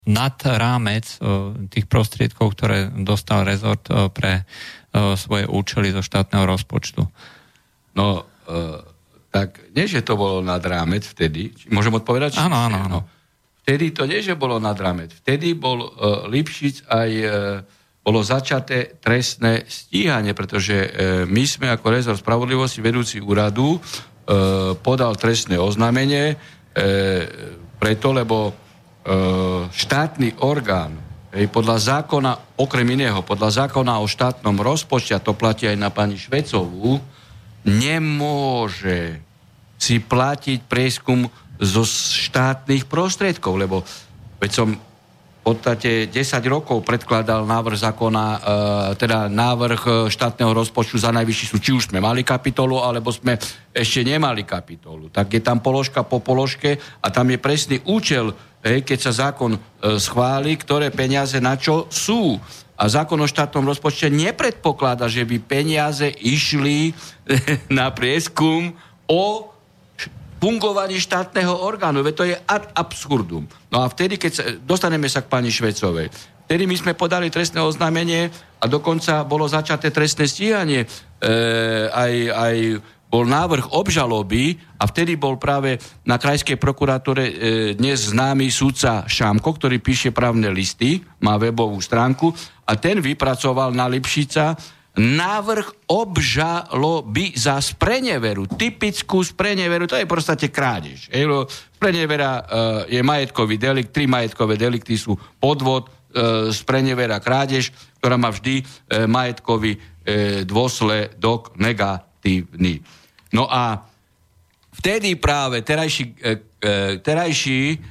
nad rámec tých prostriedkov, ktoré dostal rezort pre svoje účely zo štátneho rozpočtu. No, tak nie, že to bolo nad rámec vtedy. Môžem odpovedať? Áno. Vtedy to nie, že bolo nad rámec. Vtedy bol Lipšic aj bolo začaté trestné stíhanie, pretože my sme ako rezort spravodlivosti vedúci úradu podal trestné oznámenie preto, lebo štátny orgán podľa zákona, okrem iného, podľa zákona o štátnom rozpočte, a to platí aj na pani Švecovú, nemôže si platiť prieskum zo štátnych prostriedkov, lebo veď som v podstate 10 rokov predkladal návrh zákona, teda návrh štátneho rozpočtu za najvyšší súd. Či už sme mali kapitolu, alebo sme ešte nemali kapitolu. Tak je tam položka po položke a tam je presný účel, keď sa zákon schváli, ktoré peniaze na čo sú. A zákon o štátnom rozpočte nepredpokladá, že by peniaze išli na prieskum o fungovaní štátneho orgánu. Veď to je ad absurdum. No a vtedy, dostaneme sa k pani Švecovej, vtedy my sme podali trestné oznámenie a dokonca bolo začaté trestné stíhanie. Aj bol návrh obžaloby a vtedy bol práve na krajskej prokuratúre dnes známy sudca Šamko, ktorý píše právne listy, má webovú stránku a ten vypracoval na Lipšica návrh obžaloby za spreneveru, typickú spreneveru, to je v podstate krádež. Sprenevera je majetkový delikt, 3 majetkové delikty sú podvod, sprenevera, krádež, ktorá má vždy majetkový dôsledok negatívny. No a vtedy práve terajší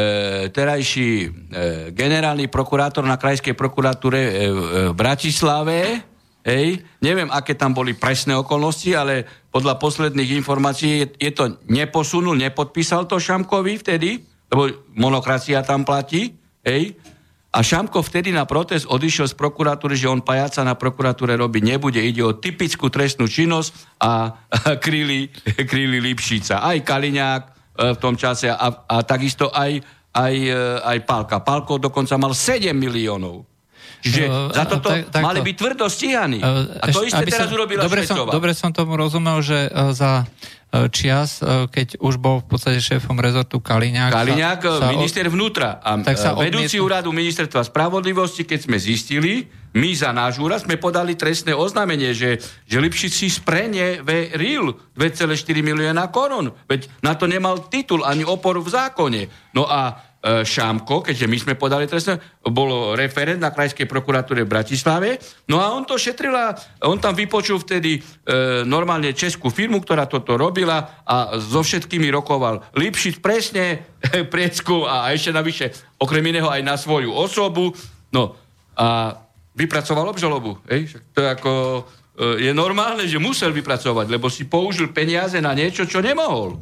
generálny prokurátor na krajskej prokuratúre v Bratislave, neviem, aké tam boli presné okolnosti, ale podľa posledných informácií je to neposunul, nepodpísal to Šamkovi vtedy, lebo monokracia tam platí, a Šamko vtedy na protest odišiel z prokuratúry, že on pajaca na prokuratúre robiť nebude, ide o typickú trestnú činnosť a kryli Lipšica. Aj Kaliňák v tom čase a takisto aj Pálka. Pálko dokonca mal 7 miliónov. Čiže za toto mali byť tvrdo stíhaní. A to isté teraz urobila Švecová. Dobre som tomu rozumel, že za čias, keď už bol v podstate šéfom rezortu Kaliňák, minister vnútra a vedúci úradu ministerstva spravodlivosti, keď sme zistili, my za náš úrad sme podali trestné oznámenie, že Lipšic si spreneveril 2,4 milióna korún. Veď na to nemal titul ani oporu v zákone. No a Šámko, keďže my sme podali trestné, bol referent na krajskej prokuratúre v Bratislave, no a on to šetril a on tam vypočul vtedy normálne českú firmu, ktorá toto robila a so všetkými rokoval Lipšic presne prieskum a ešte navyše okrem iného aj na svoju osobu, no a vypracoval obžalobu. To je je normálne, že musel vypracovať, lebo si použil peniaze na niečo, čo nemohol.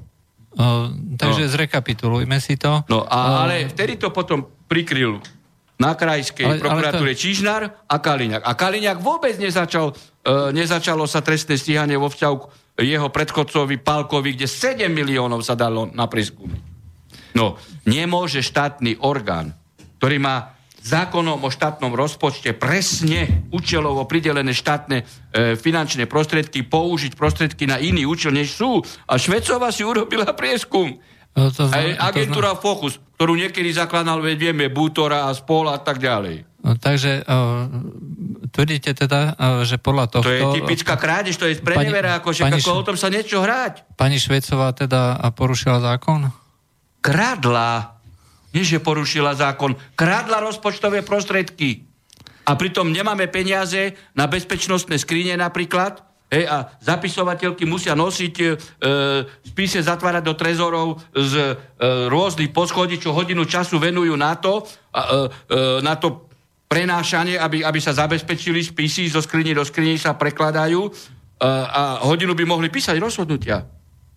Takže zrekapitulujme si to. No, ale vtedy to potom prikryl na krajskej prokuratúre Čižnár a Kaliňák. A Kaliňák vôbec nezačalo sa trestné stíhanie vo vzťahu k jeho predchodcovi Pálkovi, kde 7 miliónov sa dalo na prieskumy. No, nemôže štátny orgán, ktorý má zákonom o štátnom rozpočte presne účelovo pridelené štátne finančné prostriedky použiť prostriedky na iný účel, než sú. A Švecová si urobila prieskum. Agentúra Focus, ktorú niekedy zakladal, vieme, Bútora a spol a tak ďalej. Takže tvrdíte teda, že podľa tohto... To je typická krádež, to je sprenevera, ako o tom sa niečo hrať. Pani Švecová teda porušila zákon? Kradla. Nie, že porušila zákon. Kradla rozpočtové prostriedky. A pritom nemáme peniaze na bezpečnostné skrine napríklad. A zapisovateľky musia nosiť spise, zatvárať do trezorov z rôznych poschodí, čo hodinu času venujú na to prenášanie, aby sa zabezpečili spisy zo skrini do skrini sa prekladajú a hodinu by mohli písať rozhodnutia.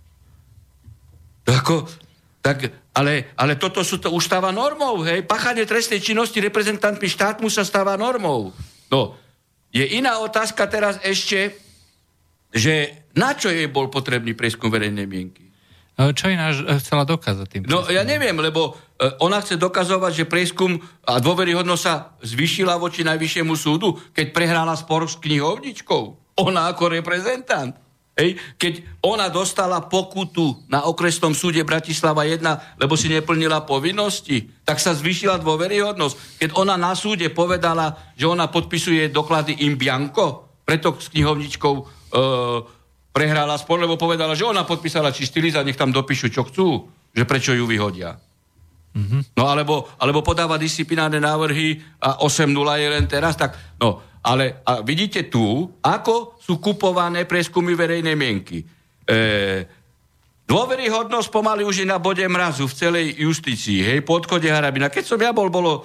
Ale toto už stáva normou, hej? Páchanie trestnej činnosti reprezentantmi štátmu sa stáva normou. No, je iná otázka teraz ešte, že na čo jej bol potrebný prieskum verejnej mienky? Čo ináč chcela dokázať tým? No ja neviem, lebo ona chce dokazovať, že prieskum a dôveryhodnosť sa zvýšila voči Najvyššiemu súdu, keď prehrála spor s knihovničkou. Ona ako reprezentant. Hej. Keď ona dostala pokutu na okresnom súde Bratislava 1, lebo si neplnila povinnosti, tak sa zvýšila dôveryhodnosť. Keď ona na súde povedala, že ona podpisuje doklady in bianco, preto s knihovničkou prehrála spor, lebo povedala, že ona podpísala čistý list a nech tam dopíšu, čo chcú, že prečo ju vyhodia. Mm-hmm. No alebo podáva disciplinárne návrhy a 8-0 je len teraz, tak no, ale a vidíte tu, ako sú kupované prieskumy verejnej mienky. Dôveryhodnosť pomaly už je na bode mrazu v celej justícii, hej, po odchode Harabina. Keď som ja bolo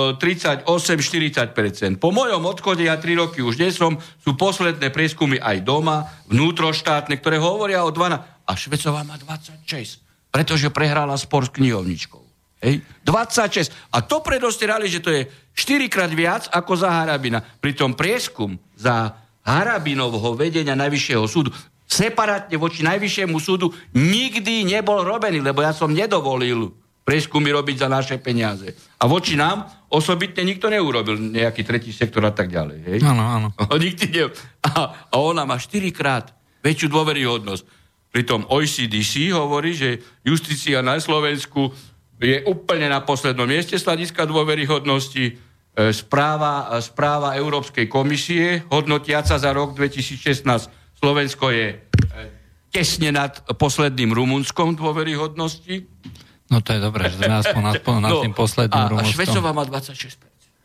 38-40%. Po mojom odchode, ja 3 roky už nie som, sú posledné prieskumy aj doma, vnútroštátne, ktoré hovoria o 12. A Švecová má 26, pretože prehrala spor s knihovničkou. Hej, 26. A to predostierali, že to je 4-krát viac ako za Harabina. Pritom prieskum za Harabinovho vedenia Najvyššieho súdu separátne voči Najvyššiemu súdu nikdy nebol robený, lebo ja som nedovolil prieskumy robiť za naše peniaze. A voči nám osobitne nikto neurobil, nejaký tretí sektor a tak ďalej. Hej? Áno. A ona má 4-krát väčšiu dôveryhodnosť. Pritom OECDC hovorí, že justícia na Slovensku je úplne na poslednom mieste z hľadiska dôveryhodnosti. Správa Európskej komisie hodnotiaca za rok 2016 Slovensko je tesne nad posledným Rumunskom dôveryhodnosti. No to je dobré, že sme aspoň nad tým posledným Rumunskom. A Švecová má 26%.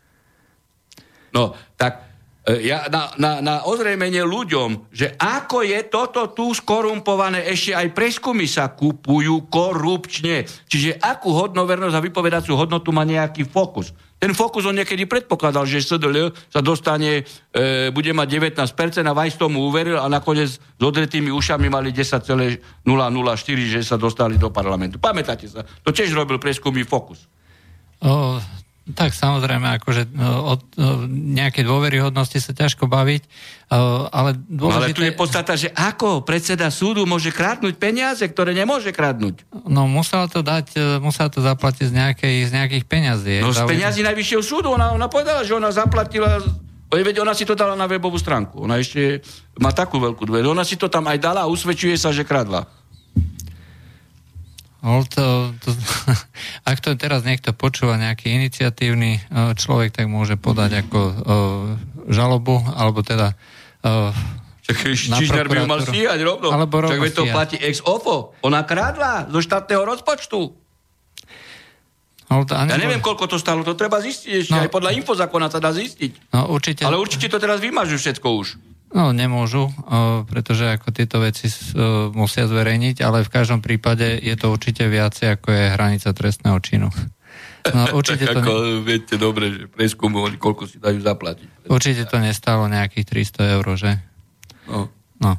No, tak ja na ozrejmenie ľuďom, že ako je toto tu skorumpované, ešte aj preskumy sa kupujú korupčne. Čiže akú hodnovernosť a vypovedacú hodnotu má nejaký fokus. Ten fokus on niekedy predpokladal, že SDL sa dostane, bude mať 19% a Vajs tomu uveril a nakoniec s odretými ušami mali 10,004, že sa dostali do parlamentu. Pamätáte sa? To tiež robil prieskumný fokus. Tak samozrejme, akože od nejakej dôveryhodnosti sa ťažko baviť, ale dôležité... Ale tu je podstata, že ako predseda súdu môže kradnúť peniaze, ktoré nemôže kradnúť? No musela to zaplatiť z nejakých peňazí. No z peňazí Najvyššieho súdu, ona povedala, že ona zaplatila, veď ona si to dala na webovú stránku, ona ešte má takú veľkú dôveru, ona si to tam aj dala a usvedčuje sa, že kradla. Ak to teraz niekto počúva, nejaký iniciatívny človek, tak môže podať ako žalobu, alebo teda Čižnár by ju mal stíhať rovno. Čak to platí ex ofo. Ona kradla zo štátneho rozpočtu. Ja neviem, koľko to stalo, to treba zistiť ešte. Aj podľa infozákona sa dá zistiť. No, určite. Ale určite to teraz vymažu všetko už. No, nemôžu, pretože ako tieto veci musia zverejniť, ale v každom prípade je to určite viacej, ako je hranica trestného činu. No, určite to viete dobre, že preskúmu, koľko si dajú zaplatiť. Určite to nestalo nejakých 300 eur, že? No.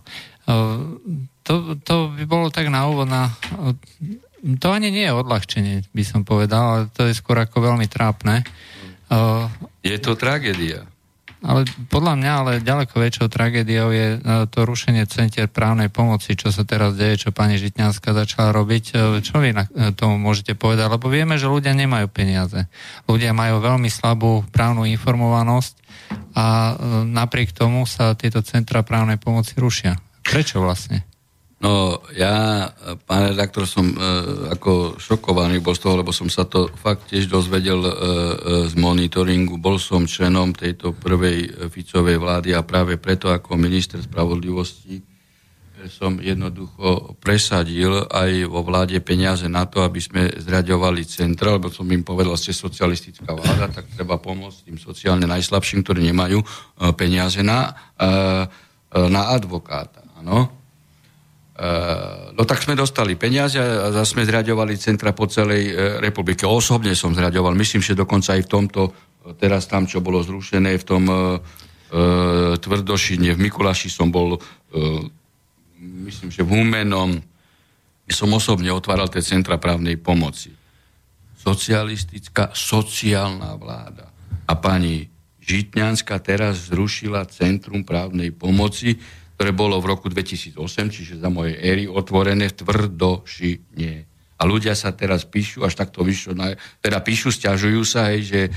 To by bolo tak na úvod to ani nie je odľahčenie, by som povedal, ale to je skôr ako veľmi trápne. Je to tragédia. Ale podľa mňa, ďaleko väčšou tragédiou je to rušenie centier právnej pomoci, čo sa teraz deje, čo pani Žitňanská začala robiť. Čo vy na tomu môžete povedať? Lebo vieme, že ľudia nemajú peniaze. Ľudia majú veľmi slabú právnu informovanosť a napriek tomu sa tieto centra právnej pomoci rušia. Prečo vlastne? No, ja, pán redaktor, som ako šokovaný bol z toho, lebo som sa to fakt tiež dozvedel z monitoringu. Bol som členom tejto prvej Ficovej vlády a práve preto ako minister spravodlivosti som jednoducho presadil aj vo vláde peniaze na to, aby sme zriaďovali centra, lebo som im povedal, ste socialistická vláda, tak treba pomôcť tým sociálne najslabším, ktorí nemajú peniaze na advokáta. Áno. No tak sme dostali peniaze a sme zriaďovali centra po celej republike. Osobne som zriaďoval, myslím, že dokonca aj v tomto, teraz tam, čo bolo zrušené, v tom Tvrdošine, v Mikulaši som bol, myslím, že v Humennom, som osobne otváral tie centra právnej pomoci. Socialistická, sociálna vláda. A pani Žitňanská teraz zrušila Centrum právnej pomoci, ktoré bolo v roku 2008, čiže za mojej éry, otvorené v Tvrdošine. A ľudia sa teraz píšu, až takto vyšlo, teda píšu, sťažujú sa, že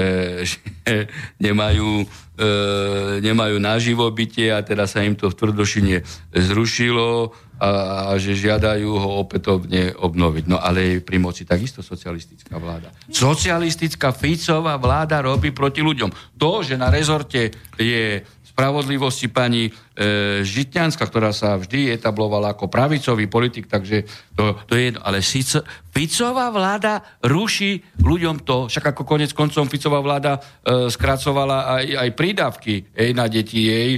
nemajú na živobytie a teda sa im to v Tvrdošine zrušilo a že žiadajú ho opätovne obnoviť. No ale je pri moci takisto socialistická vláda. Socialistická Ficová vláda robí proti ľuďom. To, že na rezorte je spravodlivosti pani Žitňanská, ktorá sa vždy etablovala ako pravicový politik, takže to je jedno. Ale Ficová vláda ruší ľuďom to, však ako konec koncom Ficová vláda skracovala aj prídavky na deti jej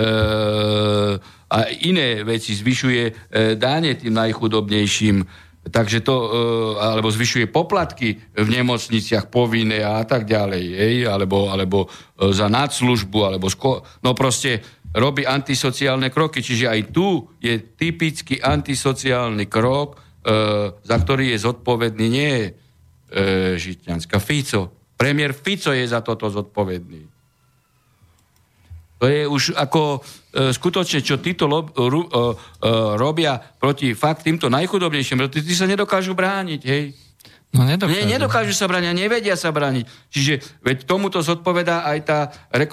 a iné veci, zvyšuje dáne tým najchudobnejším, takže to, alebo zvyšuje poplatky v nemocniciach povinné a tak ďalej, alebo za nadslužbu, alebo no proste robí antisociálne kroky, čiže aj tu je typický antisociálny krok, za ktorý je zodpovedný nie Žitňanská, Fico. Premiér Fico je za toto zodpovedný. To je už ako skutočne, čo títo robia proti fakt týmto najchudobnejším, pretože tí sa nedokážu brániť, hej. No nedokážu. Nedokážu sa brániť, nevedia sa brániť. Čiže veď tomuto zodpovedá aj tá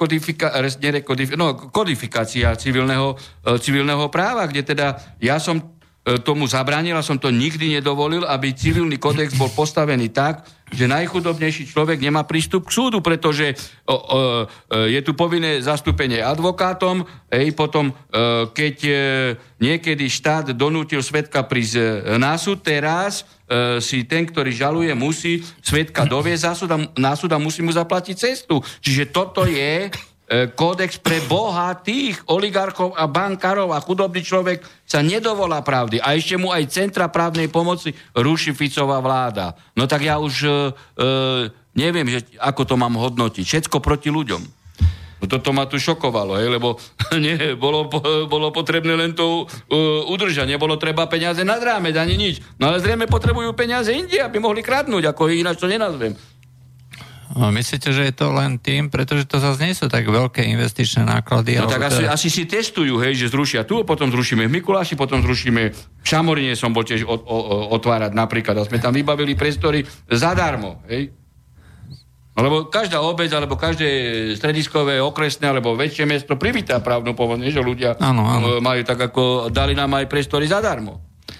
kodifikácia civilného práva, kde teda ja som tomu zabránil a som to nikdy nedovolil, aby civilný kódex bol postavený tak, že najchudobnejší človek nemá prístup k súdu, pretože je tu povinné zastúpenie advokátom, potom keď niekedy štát donútil svedka prísť na súd, teraz si ten, ktorý žaluje, musí svedka doviesť na súd a musí mu zaplatiť cestu. Čiže toto je kódex pre bohatých oligarchov a bankárov a chudobný človek sa nedovolá pravdy. A ešte mu aj centra právnej pomoci ruší Ficová vláda. No tak ja už neviem, ako to mám hodnotiť. Všetko proti ľuďom. No toto ma tu šokovalo, lebo bolo potrebné len to udržať. Nebolo treba peniaze nad rámec, ani nič. No ale zrejme potrebujú peniaze inde, aby mohli kradnúť, ako ináč to nenazvem. Myslíte, že je to len tým, pretože to zase nie sú tak veľké investičné náklady? No tak asi si testujú, že zrušia tu, potom zrušíme v Mikuláši, potom zrušíme v Šamorine, som bol tiež otvárať napríklad, a sme tam vybavili priestory zadarmo, hej. Lebo každá obec, alebo každé strediskové, okresné, alebo väčšie mesto privítá právnu pomoc, že ľudia majú tak, ako dali nám aj priestory zadarmo.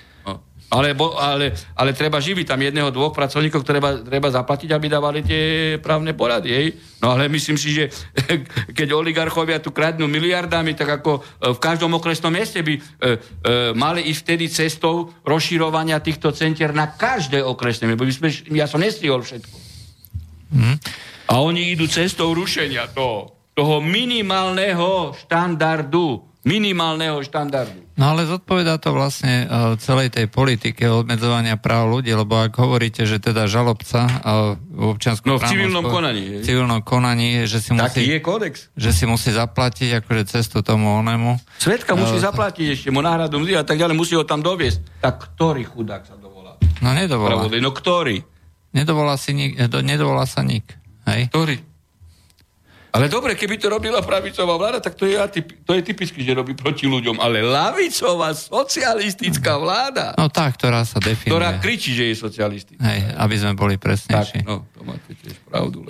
Ale treba živiť tam 1-2 pracovníkov, treba zaplatiť, aby dávali tie právne porady. Hej? No ale myslím si, že keď oligarchovia tu kradnú miliardami, tak ako v každom okresnom meste by mali ísť vtedy cestou rozširovania týchto centier na každé okresné. Ja som nestihol všetko. A oni idú cestou rušenia toho minimálneho štandardu. No ale zodpovedá to vlastne celej tej politike obmedzovania práv ľudí, lebo ak hovoríte, že teda žalobca v občianskom v civilnom konaní, že si taký je kódex. Že si musí zaplatiť akože cestu tomu onemu. Svedka musí zaplatiť ešte mu náhradu mzdy a tak ďalej, musí ho tam doviesť. Tak ktorý chudák sa dovolá? No nedovolá. No ktorý? Nedovolá sa nik. Hej? Ktorý? Ale dobre, keby to robila pravicová vláda, tak to je typicky, že robí proti ľuďom. Ale ľavicová socialistická vláda. No tá, ktorá sa definuje. Ktorá kričí, že je socialistická. Hej, aby sme boli presnejší. Tak, to máte tiež pravdu.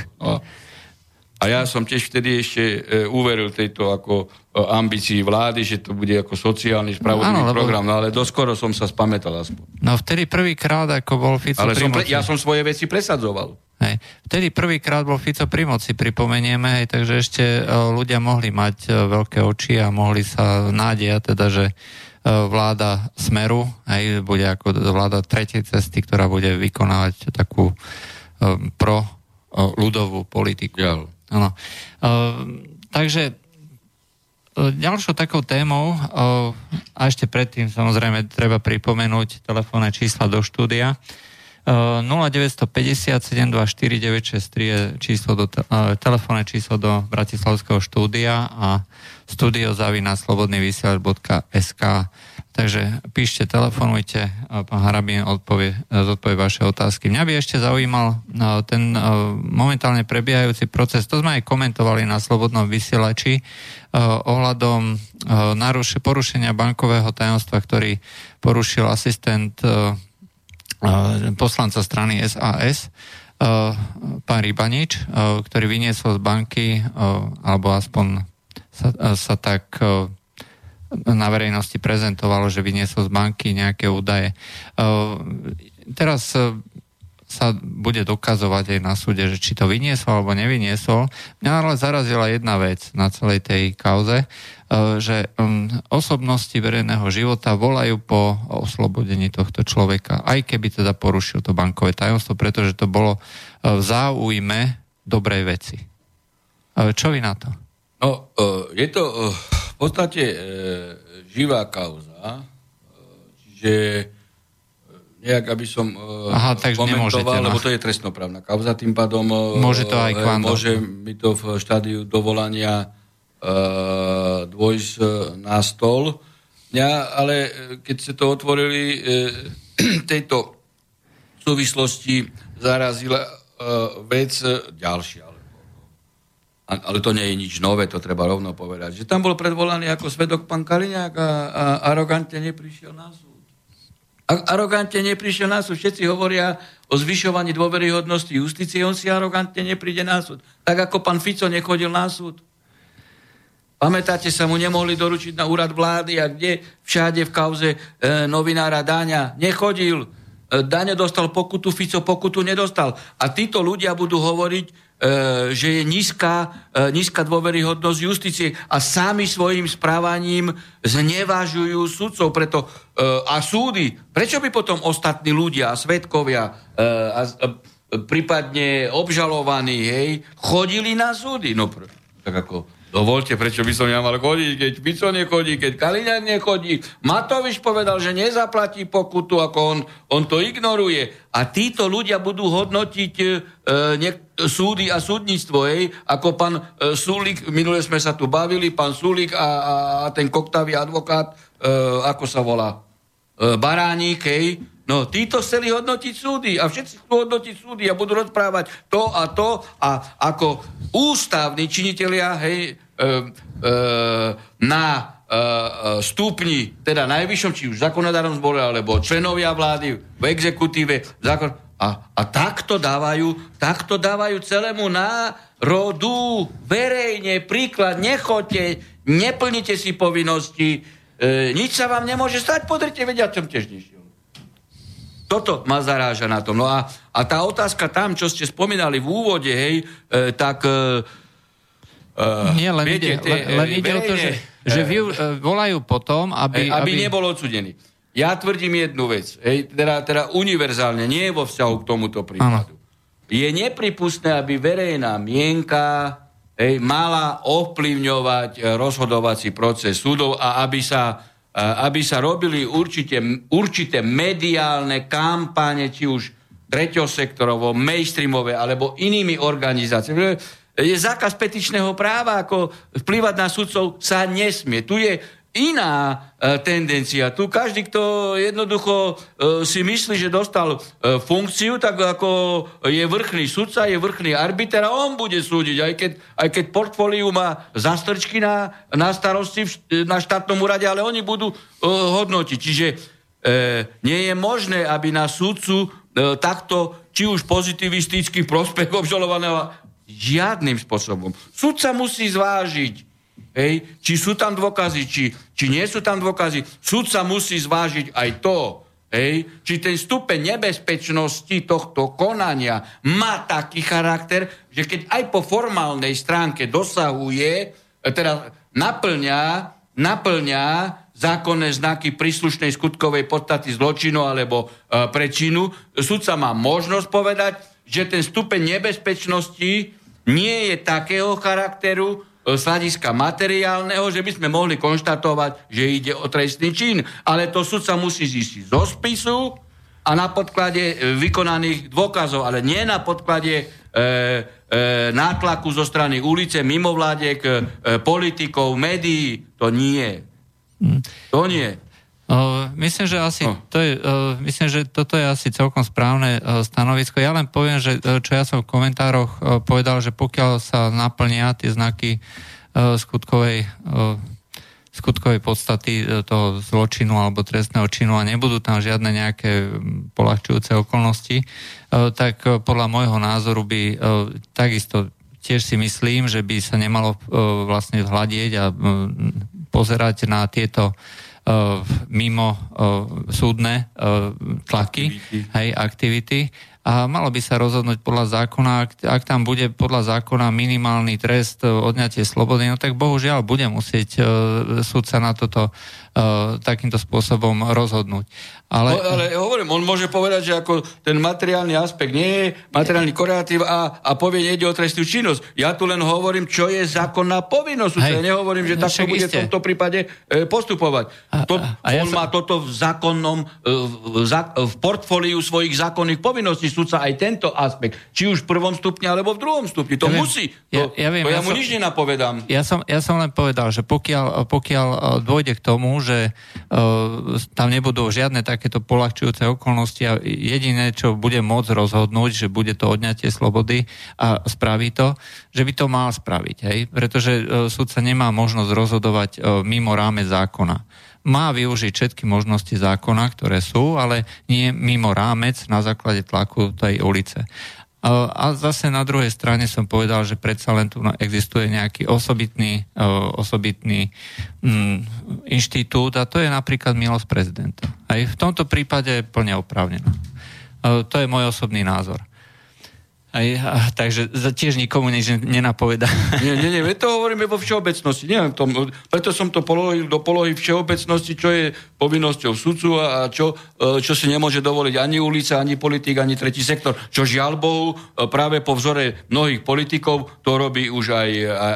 A ja som tiež vtedy ešte uveril tejto ako ambícii vlády, že to bude ako sociálny spravodlivý program, no ale doskoro som sa spamätal aspoň. No vtedy prvýkrát, ako bol Fico pri moci. Ja som svoje veci presadzoval. Hej. Vtedy prvýkrát bol Fico pri moci, pripomenieme, takže ešte ľudia mohli mať veľké oči a mohli sa nádejať, teda, že vláda Smeru bude ako vláda tretej cesty, ktorá bude vykonávať takú pro ľudovú politiku. Ja. Áno. Takže ďalšou takou témou, a ešte predtým samozrejme treba pripomenúť telefónne čísla do štúdia, 0950 724 963 je číslo telefónne číslo do Bratislavského štúdia a studio@slobodnyvysielac.sk. Takže píšte, telefonujte, pán Harabín zodpovie vaše otázky. Mňa by ešte zaujímal ten momentálne prebiehajúci proces, to sme aj komentovali na Slobodnom vysielači, ohľadom porušenia bankového tajomstva, ktorý porušil asistent poslanca strany SAS, pán Rybanič, ktorý vyniesol z banky, alebo aspoň sa tak na verejnosti prezentovalo, že vyniesol z banky nejaké údaje. Teraz sa bude dokazovať aj na súde, že či to vyniesol alebo nevyniesol. Mňa ale zarazila jedna vec na celej tej kauze, že osobnosti verejného života volajú po oslobodení tohto človeka, aj keby teda porušil to bankové tajomstvo, pretože to bolo v záujme dobrej veci. Čo vy na to? No, je to v podstate živá kauza, čiže nejak, aby som komentoval, lebo to je trestnoprávna kauza, tým pádom môže to aj môže mi to v štádiu dovolania dôjsť na stol. Ale keď ste to otvorili, tejto súvislosti zarazila vec ďalšia. Ale to nie je nič nové, to treba rovno povedať. Že tam bol predvolaný ako svedok pán Kaliňák a arogantne neprišiel na súd. Arogantne neprišiel na súd. Všetci hovoria o zvyšovaní dôveryhodnosti justície, on si arogantne nepríde na súd. Tak ako pán Fico nechodil na súd. Pamätáte, sa mu nemohli doručiť na úrad vlády a kde všade v kauze novinára Dáňa nechodil. Dáňo dostal pokutu, Fico pokutu nedostal. A títo ľudia budú hovoriť, že je nízka dôveryhodnosť justície a sami svojim správaním znevažujú sudcov a súdy. Prečo by potom ostatní ľudia a svedkovia prípadne obžalovaní chodili na súdy? No tak ako dovolte, prečo by som ja mal chodiť, keď Fico nechodí, keď Kaliňák nechodí. Matovič povedal, že nezaplatí pokutu, ako on to ignoruje. A títo ľudia budú hodnotiť súdy a súdnictvo, ako pán Sulík, minule sme sa tu bavili, pán Sulík a ten koktavý advokát, ako sa volá, Baránik, No, títo chceli hodnotiť súdy a všetci chcú hodnotiť súdy a budú rozprávať to a ako ústavní činitelia na stupni, teda najvyššom, či už zákonodárnom zbore, alebo členovia vlády v exekutíve, a takto dávajú celému národu verejne príklad, nechoďte, neplnite si povinnosti, nič sa vám nemôže stať, podrite, vedia, čom tiež nešiel. Toto ma zaráža na tom. No a tá otázka tam, čo ste spomínali v úvode, tak... Nie, len ide o to, že volajú potom, aby nebol odsudený. Ja tvrdím jednu vec, teda univerzálne, nie vo vzťahu k tomuto prípadu. Je nepripustné, aby verejná mienka mala ovplyvňovať rozhodovací proces súdov a aby sa robili určité mediálne kampáne, či už treťosektorovo, mainstreamové, alebo inými organizáciami. Je zákaz petičného práva, ako vplyvať na sudcov sa nesmie. Tu je iná tendencia. Tu každý, kto jednoducho si myslí, že dostal funkciu, tak ako je vrchný sudca, je vrchný arbiter a on bude súdiť, aj keď portfóliu má zastrčky na starosti na štátnom úrade, ale oni budú hodnotiť. Čiže nie je možné, aby na sudcu takto, či už pozitivistický prospech obžalovaného, žiadnym spôsobom. Sudca musí zvážiť, či sú tam dôkazy, či nie sú tam dôkazy. Sudca musí zvážiť aj to, či ten stupeň nebezpečnosti tohto konania má taký charakter, že keď aj po formálnej stránke dosahuje, teda naplňa zákonné znaky príslušnej skutkovej podstaty zločinu alebo prečinu, sudca má možnosť povedať, že ten stupeň nebezpečnosti nie je takého charakteru z hľadiska materiálneho, že by sme mohli konštatovať, že ide o trestný čin. Ale to sudca musí zistiť zo spisu, a na podklade vykonaných dôkazov, ale nie na podklade nátlaku zo strany ulice, mimovládiek, politikov, médií. To nie. To nie. Myslím, že myslím, že toto je asi celkom správne stanovisko. Ja len poviem, že čo ja som v komentároch povedal, že pokiaľ sa naplnia tie znaky skutkovej podstaty toho zločinu alebo trestného činu a nebudú tam žiadne nejaké poľahčujúce okolnosti, tak podľa môjho názoru by takisto tiež si myslím, že by sa nemalo vlastne hľadieť a pozerať na tieto mimo súdne tlaky, aktivity a malo by sa rozhodnúť podľa zákona, ak tam bude podľa zákona minimálny trest odňatie slobody, no tak bohužiaľ bude musieť súd sa na toto takýmto spôsobom rozhodnúť. Ale hovorím, on môže povedať, že ako ten materiálny aspekt nie je materiálny koreatív a povie, nejde o trestnú činnosť. Ja tu len hovorím, čo je zákonná povinnosť. Ja nehovorím, že takto bude v tomto prípade postupovať. On má toto v zákonnom, v portfóliu svojich zákonných povinností sudca aj tento aspekt. Či už v prvom stupni, alebo v druhom stupni. To musí. Ja mu nič nenapovedám. Ja som len povedal, že pokiaľ dôjde k tomu, že tam nebudú žiadne takéto poľahčujúce okolnosti a jediné, čo bude môcť rozhodnúť, že bude to odňatie slobody a spraví to, že by to mal spraviť. Hej? Pretože sudca nemá možnosť rozhodovať mimo rámec zákona. Má využiť všetky možnosti zákona, ktoré sú, ale nie mimo rámec na základe tlaku tej ulice. A zase na druhej strane som povedal, že predsa len tu existuje nejaký osobitný inštitút a to je napríklad milosť prezidenta. Aj v tomto prípade je plne oprávnená. To je môj osobný názor. Takže tiež nikomu nič nenapovedá. Nie, to hovoríme vo všeobecnosti. Preto som to položil do polohy všeobecnosti, čo je povinnosťou sudcu a čo si nemôže dovoliť ani ulica, ani politik, ani tretí sektor. Čo žiaľ Bohu, práve po vzore mnohých politikov to robí už aj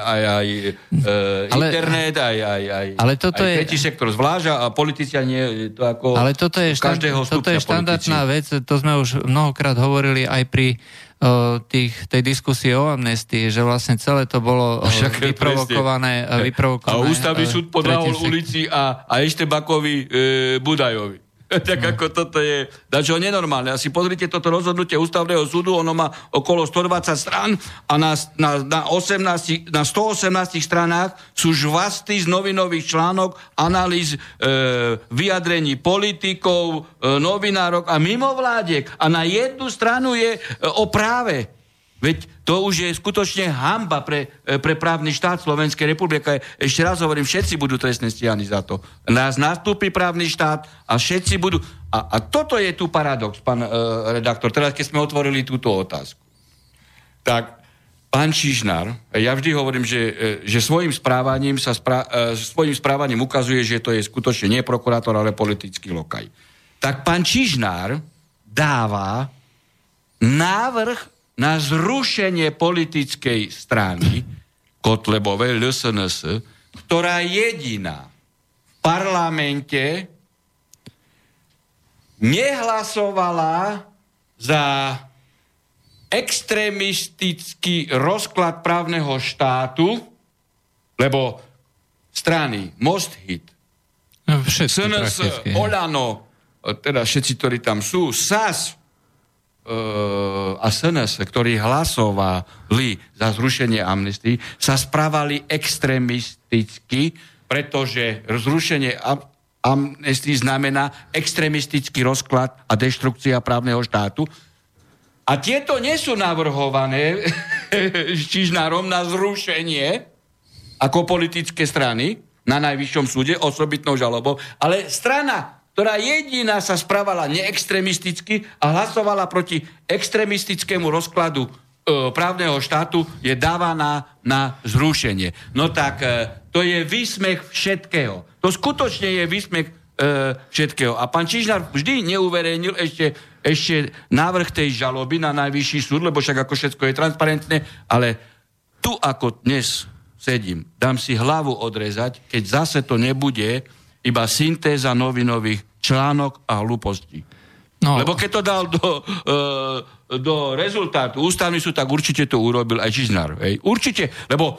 internet, aj tretí sektor zvlášť a politici nie to ako ale toto je štandardná vec, to sme už mnohokrát hovorili aj pri tej diskusii o amnestii, že vlastne celé to bolo vyprovokované. A ústavný súd podľahol ulici a Eštebakovi Budajovi. Tak ako toto je dačo nenormálne. A si pozrite toto rozhodnutie ústavného súdu, ono má okolo 120 strán a na 118 stranách sú žvasty z novinových článok, analýz, vyjadrení politikov, novinárok a mimovládiek. A na jednu stranu je o práve. Veď to už je skutočne hanba pre právny štát Slovenskej republiky. Ešte raz hovorím, všetci budú trestne stíhaní za to. Nás nastúpi právny štát a všetci budú... A toto je tu paradox, pán redaktor, teraz keď sme otvorili túto otázku. Tak, pán Čižnár, ja vždy hovorím, že svojim správaním ukazuje, že to je skutočne nie prokurátor, ale politický lokaj. Tak pán Čižnár dáva návrh na zrušenie politickej strany Kotlebovej LSNS, ktorá jediná v parlamente nehlasovala za extrémistický rozklad právneho štátu, lebo strany Most Hit, SNS, Olano, teda všetci, ktorí tam sú, SAS a SNS, ktorí hlasovali za zrušenie amnestii, sa správali extrémisticky, pretože zrušenie amnestii znamená extrémistický rozklad a deštrukcia právneho štátu. A tieto nie sú navrhované Čižnárom na zrušenie ako politické strany na Najvyššom súde osobitnou žalobou, ale strana, ktorá jediná sa správala neextremisticky a hlasovala proti extremistickému rozkladu právneho štátu, je dávaná na zrušenie. No tak to je výsmech všetkého. To skutočne je výsmech všetkého. A pán Čižnár vždy neuverejnil ešte návrh tej žaloby na Najvyšší súd, lebo však ako všetko je transparentné, ale tu ako dnes sedím, dám si hlavu odrezať, keď zase to nebude iba syntéza novinových článok a hlúpostí. No. Lebo keď to dal do rezultátu ústavný súd, tak určite to urobil aj Čižnár. Určite, lebo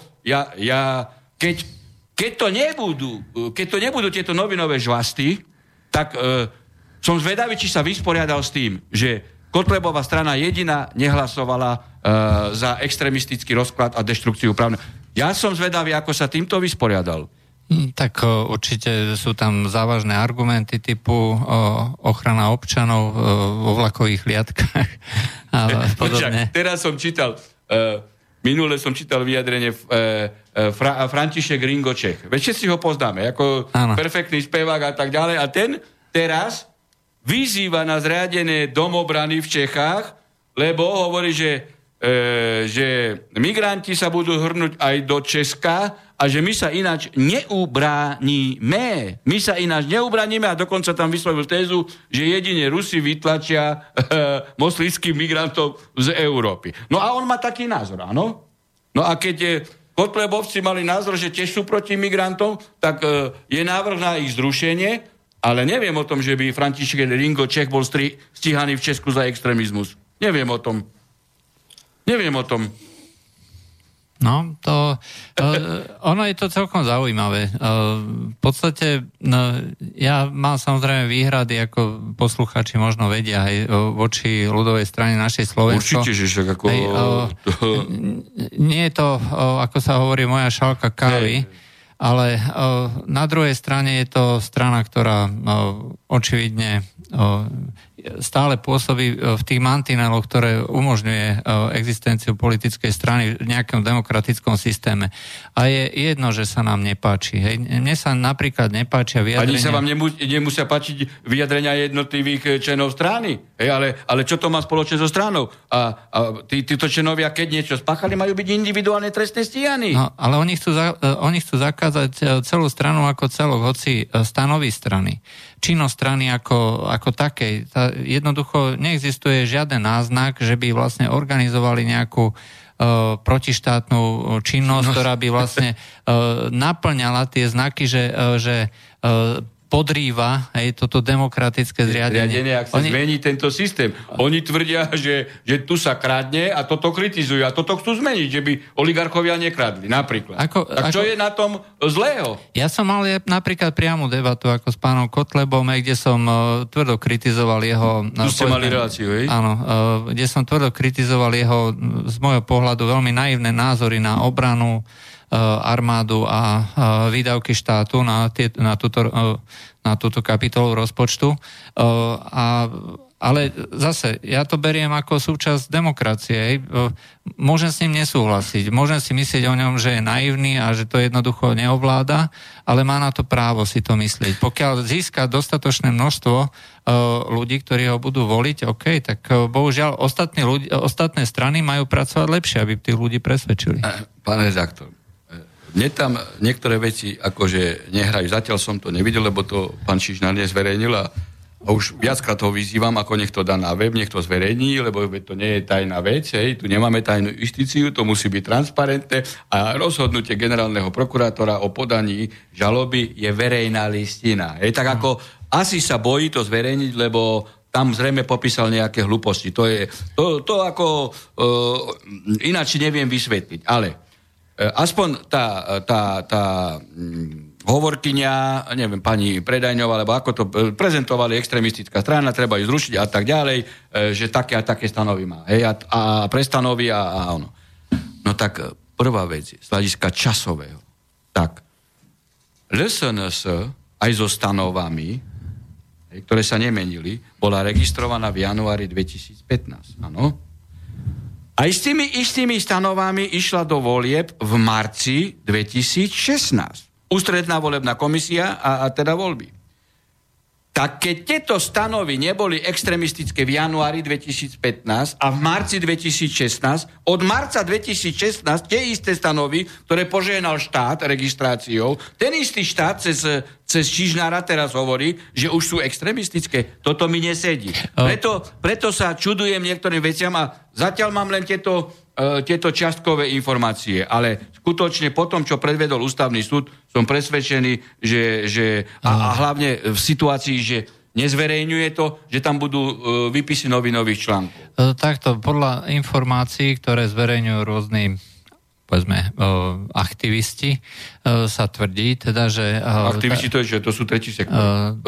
keď to nebudú tieto novinové žvasty, tak som zvedavý, či sa vysporiadal s tým, že Kotlebová strana jediná nehlasovala za extrémistický rozklad a deštrukciu právneho. Ja som zvedavý, ako sa týmto vysporiadal. Tak určite sú tam závažné argumenty typu ochrana občanov vo vlakových hliadkách a podobne. Teraz som čítal, minule som čítal vyjadrenie František Ringo Čech. Veď všetci ho poznáme, ako perfektný spevák a tak ďalej. A ten teraz vyzýva na zriadené domobrany v Čechách, lebo hovorí, že migranti sa budú hrnúť aj do Česka a že my sa ináč neubránime. My sa ináč neubránime a dokonca tam vyslovil tézu, že jedine Rusi vytlačia moslimských migrantov z Európy. No a on má taký názor, áno? No a keď Kotlebovci mali názor, že tiež sú proti migrantom, tak je návrh na ich zrušenie. Ale neviem o tom, že by František Ringo Čech bol stíhaný v Česku za extrémizmus. Neviem o tom. No, ono je to celkom zaujímavé. V podstate, ja mám samozrejme výhrady, ako posluchači možno vedia aj voči ľudovej strane našej Slovensko. Určite, že však ako... Nie je to, ako sa hovorí, moja šálka kávy. Ale na druhej strane je to strana, ktorá očividne stále pôsobí v tých mantineloch, ktoré umožňuje existenciu politickej strany v nejakom demokratickom systéme. A je jedno, že sa nám nepáči. Hej. Mne sa napríklad nepáčia vyjadrenia... Ani sa vám nemusia páčiť vyjadrenia jednotlivých členov strany. Hej, ale čo to má spoločné so stranou? A títo členovia, keď niečo spáchali, majú byť individuálne trestne stíhaní. No, ale oni chcú zakázať celú stranu ako celok, hoci stanoví strany. Činnosť strany ako takej. Jednoducho neexistuje žiaden náznak, že by vlastne organizovali nejakú protištátnu činnosť, ktorá by vlastne naplňala tie znaky, že podrýva toto demokratické zriadenie. Ak sa zmení tento systém. Oni tvrdia, že tu sa kradne a toto kritizujú. A toto chcú zmeniť, že by oligarchovia nekradli, napríklad. Čo je na tom zlého? Ja som mal napríklad priamu debatu ako s pánom Kotlebom, kde som tvrdo kritizoval jeho... Tu ste mali reláciu, hej? Áno, kde som tvrdo kritizoval jeho z môjho pohľadu veľmi naivné názory na obranu, armádu a výdavky štátu na túto kapitolu rozpočtu. Ale zase, ja to beriem ako súčasť demokracie. Môžem s ním nesúhlasiť. Môžem si myslieť o ňom, že je naivný a že to jednoducho neovláda, ale má na to právo si to myslieť. Pokiaľ získa dostatočné množstvo ľudí, ktorí ho budú voliť, OK, tak bohužiaľ ostatné strany majú pracovať lepšie, aby tých ľudí presvedčili. Pán redaktor, mne tam niektoré veci akože nehrajú. Zatiaľ som to nevidel, lebo to pán Čižnár nezverejnil a už viackrát ho vyzývam, ako nech to dá na web, nech to zverejní, lebo to nie je tajná vec, tu nemáme tajnú justíciu, to musí byť transparentné a rozhodnutie generálneho prokurátora o podaní žaloby je verejná listina. Tak ako asi sa bojí to zverejniť, lebo tam zrejme popísal nejaké hlúposti. To ako ináč neviem vysvetliť, ale aspoň tá hovorkyňa, neviem, pani Predajňová, alebo ako to prezentovali extrémistická strana, treba ju zrušiť a tak ďalej, že také a také stanovy má. A prestanoví a ono. No tak prvá vec je, z hľadiska časového. Tak, LSNS aj so stanovami, ktoré sa nemenili, bola registrovaná v januári 2015. Áno? Aj s tými istými stanovami išla do volieb v marci 2016. Ústredná volebná komisia a teda voľby. Tak keď tieto stanovy neboli extrémistické v januári 2015 a v marci 2016, od marca 2016 tie isté stanovy, ktoré požehnal štát registráciou, ten istý štát cez Čižnára teraz hovorí, že už sú extrémistické. Toto mi nesedí. Preto sa čudujem niektorým veciam a zatiaľ mám len tieto čiastkové informácie. Ale skutočne po tom, čo predvedol ústavný súd, som presvedčený, že a hlavne v situácii, že nezverejňuje to, že tam budú výpisy novinových článkov. Takto, podľa informácií, ktoré zverejňujú rôzni, povedzme, aktivisti, sa tvrdí, teda, že... Aktivisti to je, že to sú tretí sektor.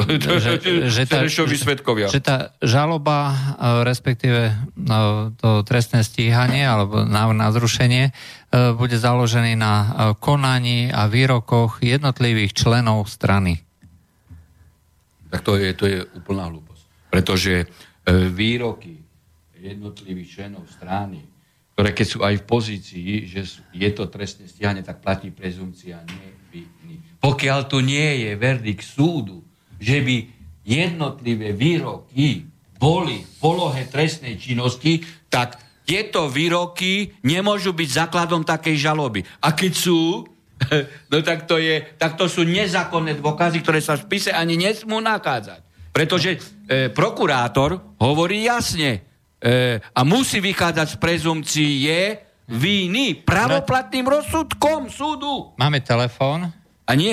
Že tá žaloba, respektíve to trestné stíhanie, alebo návrh na zrušenie, bude založený na konaní a výrokoch jednotlivých členov strany. Tak to je úplná hlúposť. Pretože výroky jednotlivých členov strany, ktoré keď sú aj v pozícii, že je to trestné stíhanie, tak platí prezumcia neviny. Pokiaľ tu nie je verdikt súdu, že by jednotlivé výroky boli v polohe trestnej činnosti, tak tieto výroky nemôžu byť základom takej žaloby. A keď sú, no tak to sú nezákonné dôkazy, ktoré sa v spise ani nesmú nachádzať. Pretože prokurátor hovorí jasne a musí vychádzať z prezumcie viny pravoplatným rozsudkom súdu. Máme telefón. A nie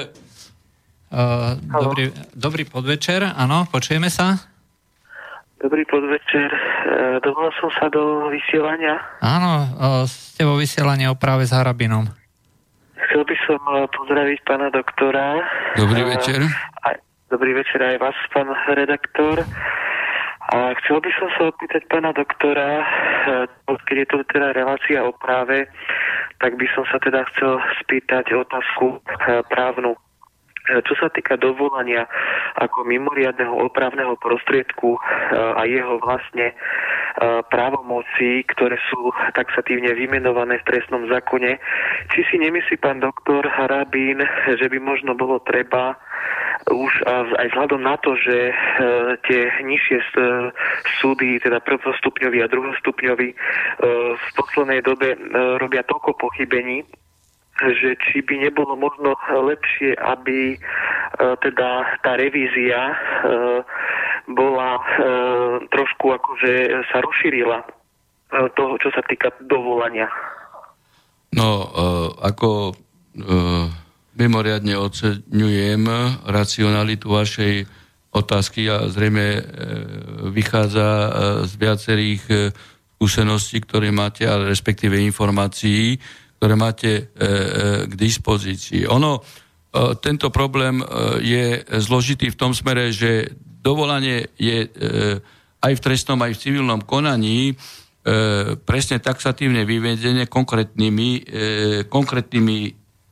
dobrý podvečer, áno, počujeme sa? Dobrý podvečer. Dovolal som sa do vysielania. Áno, ste vo vysielaní o práve s Harabinom. Chcel by som pozdraviť pána doktora. Dobrý večer. Dobrý večer aj vás, pán redaktor. A chcel by som sa opýtať pána doktora, keď je to teda relácia o práve, tak by som sa teda chcel spýtať otázku právnu. Čo sa týka dovolania ako mimoriadneho opravného prostriedku a jeho vlastne právomocí, ktoré sú taxatívne vymenované v trestnom zákone, či si nemyslí pán doktor Harabín, že by možno bolo treba už aj vzhľadom na to, že tie nižšie súdy, teda prvostupňový a druhostupňový, v poslednej dobe robia toľko pochybení, že či by nebolo možno lepšie, aby teda tá revízia bola trošku akože sa rozšírila toho, čo sa týka dovolania. No, ako mimoriadne oceňujem racionalitu vašej otázky a zrejme vychádza z viacerých skúseností, ktoré máte, ale respektíve informácií, ktoré máte k dispozícii. Tento problém je zložitý v tom smere, že dovolanie je aj v trestnom, aj v civilnom konaní presne taxatívne vyvedenie konkrétnymi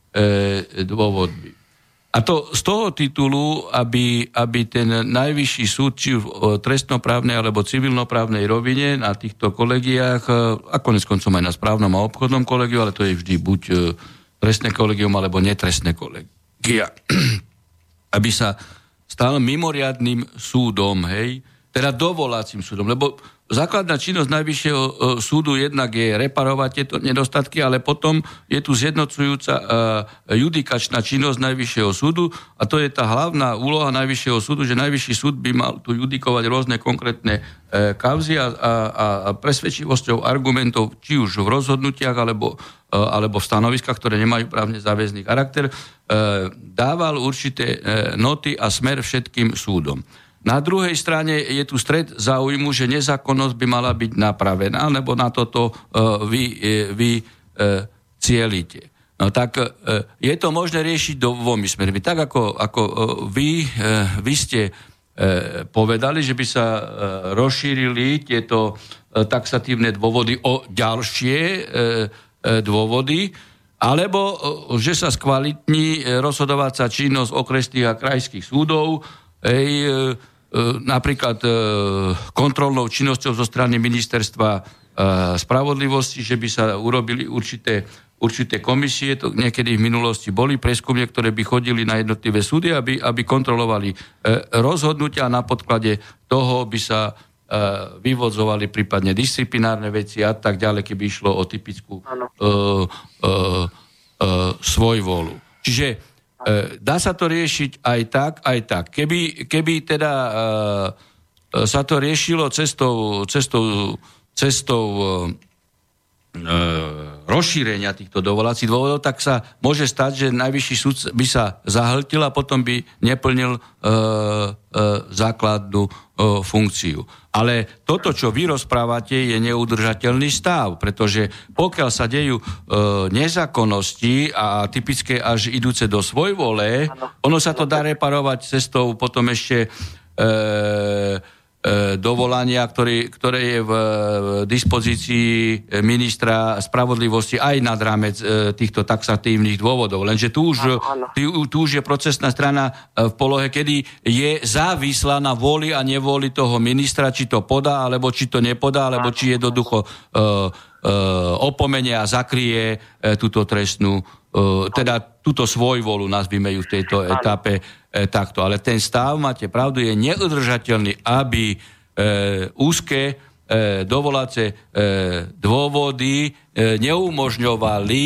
dôvodmi. A to z toho titulu, aby ten najvyšší súd, či v trestnoprávnej alebo civilnoprávnej rovine na týchto kolegiách, a konec koncom aj na správnom a obchodnom kolegiu, ale to je vždy buď trestné kolegium alebo netrestné kolegia, aby sa stal mimoriadnym súdom, teda dovolacím súdom, lebo základná činnosť Najvyššieho súdu jednak je reparovať tieto nedostatky, ale potom je tu zjednocujúca judikačná činnosť Najvyššieho súdu a to je tá hlavná úloha Najvyššieho súdu, že Najvyšší súd by mal tu judikovať rôzne konkrétne kauzy a presvedčivosťou argumentov, či už v rozhodnutiach alebo v stanoviskách, ktoré nemajú právne záväzný charakter, dával určité noty a smer všetkým súdom. Na druhej strane je tu stret záujmu, že nezákonnosť by mala byť napravená, lebo na toto vy cielite. No tak je to možné riešiť dvomi smermi. Tak ako vy ste povedali, že by sa rozšírili tieto taxatívne dôvody o ďalšie dôvody, alebo že sa skvalitní rozhodovacia činnosť okresných a krajských súdov, napríklad kontrolnou činnosťou zo strany ministerstva spravodlivosti, že by sa urobili určité komisie, to niekedy v minulosti boli preskumie, ktoré by chodili na jednotlivé súdy, aby kontrolovali rozhodnutia a na podklade toho by sa vyvodzovali prípadne disciplinárne veci a tak ďalej, keby išlo o typickú svojvolu. Čiže dá sa to riešiť aj tak. Keby teda sa to riešilo cestou rozšírenia týchto dovolacích dôvodov, tak sa môže stať, že najvyšší súd by sa zahltil a potom by neplnil základnú funkciu. Ale toto, čo vy rozprávate, je neudržateľný stav, pretože pokiaľ sa dejú nezákonnosti a typické až idúce do svojvole, ono sa to dá reparovať cestou potom ešte dovolania, ktoré je v dispozícii ministra spravodlivosti aj nad rámec týchto taxatívnych dôvodov. Lenže tu už je procesná strana v polohe, kedy je závislá na vôli a nevôli toho ministra, či to podá, alebo či to nepodá, alebo či jednoducho opomenie a zakrie túto trestnú, teda túto svojvolu, nazvime ju v tejto etape takto. Ale ten stav, máte pravdu, je neudržateľný, aby úzke dovolace dôvody neumožňovali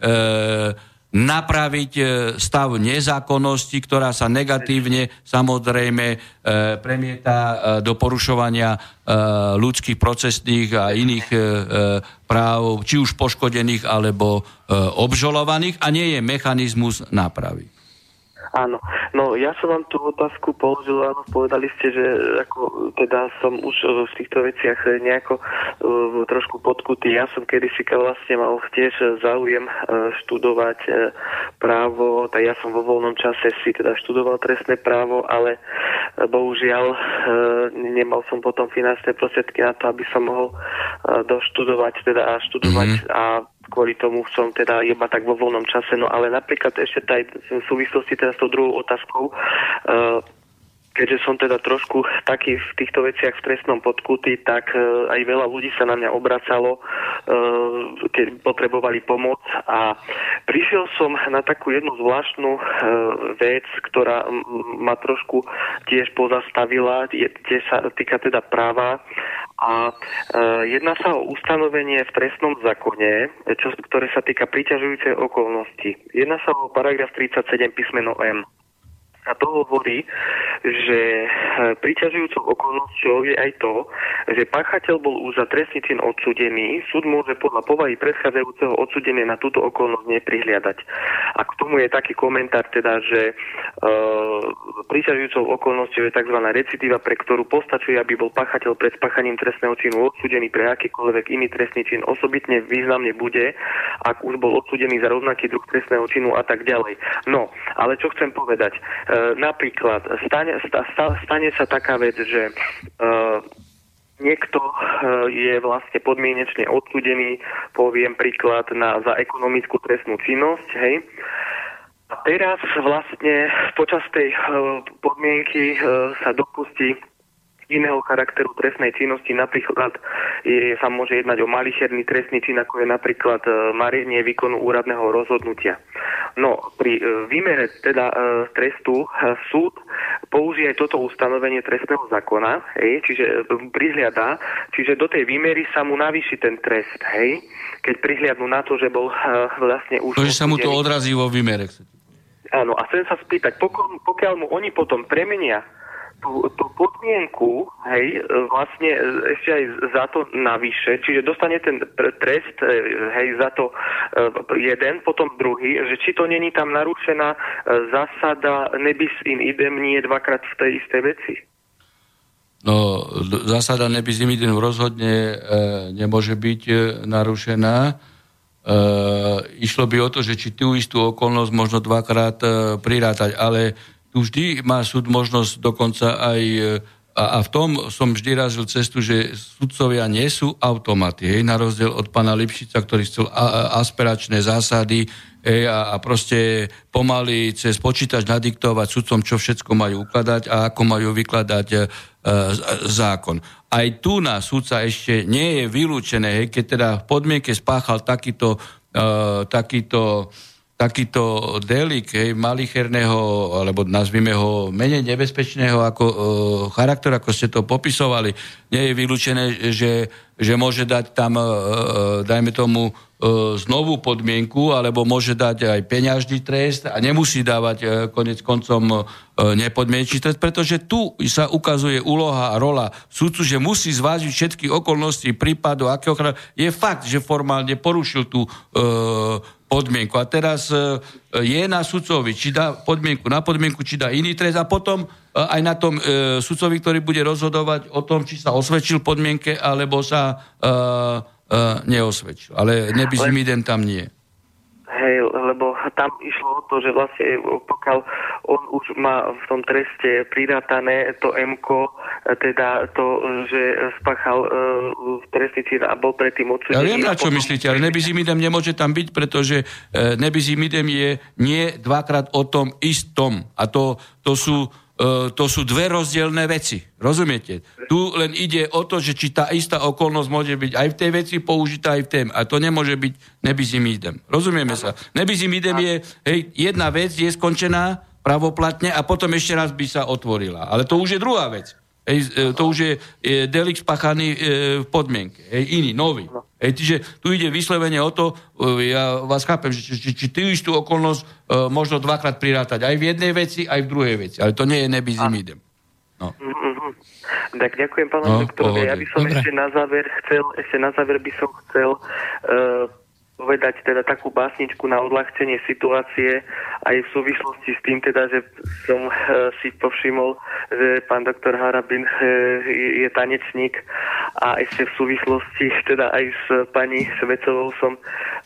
napraviť stav nezákonnosti, ktorá sa negatívne samozrejme premieta do porušovania ľudských procesných a iných práv, či už poškodených alebo obžalovaných, a nie je mechanizmus nápravy. Áno, no ja som vám tú otázku položil, áno, povedali ste, že ako teda som už v týchto veciach nejako trošku podkutý. Ja som kedysi vlastne mal tiež záujem študovať právo, tak ja som vo voľnom čase si teda študoval trestné právo, ale bohužiaľ nemal som potom finančné prostriedky na to, aby som mohol doštudovať teda a študovať a kvôli tomu som teda iba tak vo voľnom čase. No ale napríklad ešte aj v súvislosti teda s tou druhou otázkou, keďže som teda trošku taký v týchto veciach v trestnom podkutý, tak aj veľa ľudí sa na mňa obracalo, keď potrebovali pomoc, a prišiel som na takú jednu zvláštnu vec, ktorá ma trošku tiež pozastavila, tiež sa týka teda práva, a jedná sa o ustanovenie v trestnom zákone, ktoré sa týka priťažujúcej okolnosti. Jedná sa o paragraf 37 písmeno M. A to hovorí, že priťažujúcou okolnosťou je aj to, že páchateľ bol už za trestný čin odsúdený, súd môže podľa povahy predchádzajúceho odsúdenia na túto okolnosť neprihliadať. A k tomu je taký komentár teda, že priťažujúcou okolnosťou je tzv. Recidiva, pre ktorú postačuje, aby bol páchateľ pred spáchaním trestného činu odsúdený pre akýkoľvek iný trestný čin, osobitne významne bude, ak už bol odsúdený za rovnaký druh trestného činu a tak ďalej. No, ale čo chcem povedať? Napríklad stane sa taká vec, že niekto je vlastne podmienečne odsúdený, poviem príklad, za ekonomickú trestnú činnosť, hej. A teraz vlastne počas tej podmienky sa dopustí iného charakteru trestnej činnosti, napríklad sa môže jednať o malicherný trestný čin, ako je napríklad marenie výkonu úradného rozhodnutia. No, pri výmere teda trestu súd použije aj toto ustanovenie trestného zákona, čiže prihliada, čiže do tej výmery sa mu navýši ten trest, hej, keď prihliadnú na to, že bol vlastne už... To, že sa mu to odrazí vo výmere. Áno, a chcem sa spýtať, pokiaľ mu oni potom premenia tú podmienku, hej, vlastne ešte aj za to navyše, čiže dostane ten trest, hej, za to jeden, potom druhý, že či to není tam narušená zásada nebis in idem, nie dvakrát v tej istej veci? No, zásada nebis in idem rozhodne nemôže byť narušená. Išlo by o to, že či tú istú okolnosť možno dvakrát prirátať, ale tu vždy má súd možnosť dokonca aj, a v tom som vždy razil cestu, že sudcovia nie sú automaty, hej, na rozdiel od pána Lipšica, ktorý chcel aspiračné zásady, hej, a proste pomaly cez počítač nadiktovať sudcom, čo všetko majú ukladať a ako majú vykladať zákon. Aj tu na sudca ešte nie je vylúčené, hej, keď teda v podmienke spáchal takýto delik, malicherného, alebo nazvime ho menej nebezpečného ako charakter, ako ste to popisovali, nie je vylúčené, že môže dať tam, dajme tomu, znovu podmienku, alebo môže dať aj peňažný trest a nemusí dávať konec koncom nepodmienečný trest, pretože tu sa ukazuje úloha a rola sudcu, že musí zvážiť všetky okolnosti prípadu, akého je fakt, že formálne porušil tú podmienku. A teraz je na sudcovi, či dá podmienku na podmienku, či dá iný trest a potom aj na tom sudcovi, ktorý bude rozhodovať o tom, či sa osvedčil podmienke, alebo sa neosvedčil. Ale nebis in idem tam nie. Hej, lebo tam išlo o to, že vlastne pokiaľ on už má v tom treste prirátané to M-ko, teda to, že spáchal trestný čin a bol predtým odsúdený. Ja viem, na čo myslíte, ale nebis in idem nemôže tam byť, pretože nebis in idem je nie dvakrát o tom istom. A to sú dve rozdielne veci. Rozumiete? Tu len ide o to, že či tá istá okolnosť môže byť aj v tej veci použitá, aj v tém. A to nemôže byť nebis in idem. Rozumieme sa? Nebis in idem je, jedna vec je skončená pravoplatne a potom ešte raz by sa otvorila. Ale to už je druhá vec. To už je delikt spáchaný v podmienke. Iný, nový. Čiže tu ide vyslovene o to, ja vás chápem, či tú istú okolnosť možno dvakrát prirátať aj v jednej veci, aj v druhej veci. Ale to nie je nebis in idem. No. Tak ďakujem pánu doktorovi. Ja by som ešte na záver by som chcel povedať teda takú básničku na odľahčenie situácie aj v súvislosti s tým teda, že som si povšimol, že pán doktor Harabin je tanečník a ešte v súvislosti teda aj s pani Švecovou som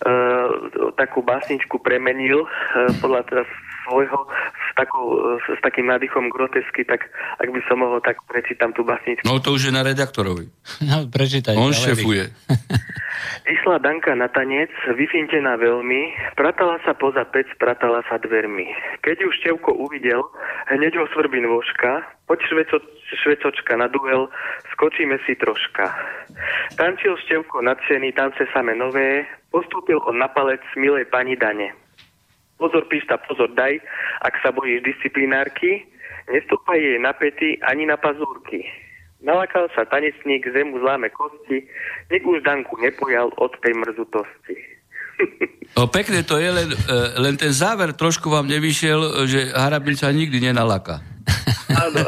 takú básničku premenil podľa teda svojho s takým nádychom grotesky, tak ak by som mohol, tak prečítam tú básničku. No to už je na redaktorovi. No, prečítaj. On šefuje. Išla Danka na tanec, vyfintená veľmi, pratala sa poza pec, pratala sa dvermi. Keď ju Števko uvidel, hneď ho svrbí nôžka, poď švecočka na duel, skočíme si troška. Tančil Števko nadšený, tance same nové, postúpil on na palec milej pani Dane. Pozor, píšta, pozor, daj, ak sa bojíš disciplinárky, nestúpaj jej na pety ani na pazúrky. Nalakal sa tanečník, zemu zláme kosti, nik už Danku nepojal od tej mrzutosti. No pekne to je, len ten záver trošku vám nevyšiel, že Harabin sa nikdy nenalaká. Áno.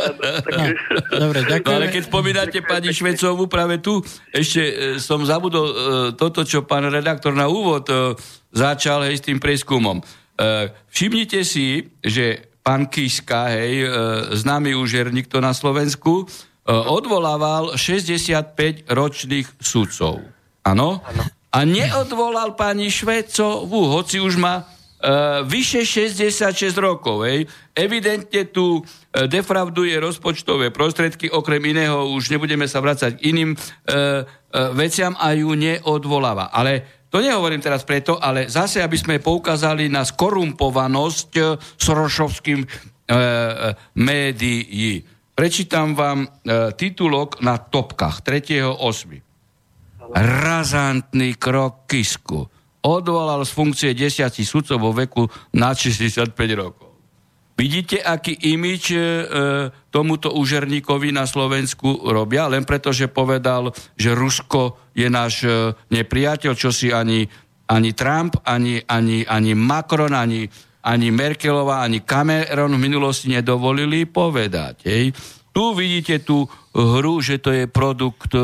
Dobre, ďakujem. No ale keď spomínate pani Švecovú, práve tu ešte som zabudol toto, čo pán redaktor na úvod začal s tým prieskumom. Všimnite si, že pán Kiska, známy úžerník to na Slovensku, odvolával 65 ročných sudcov. Áno? A neodvolal pani Švecovú, hoci už má vyše 66 rokov. Evidentne tu defrauduje rozpočtové prostriedky, okrem iného už nebudeme sa vrácať k iným veciam a ju neodvoláva. Ale to nehovorím teraz preto, ale zase, aby sme poukázali na skorumpovanosť sorošovským médií. Prečítam vám titulok na topkách 3.8. Razantný krok Kisku. Odvolal z funkcie 10 sudcov vo veku na 65 rokov. Vidíte, aký imič tomuto úžerníkovi na Slovensku robia? Len preto, že povedal, že Rusko je náš nepriateľ, čo si ani Trump, ani Macron, ani Merkelová, ani Cameron v minulosti nedovolili povedať. Tu vidíte tú hru, že to je produkt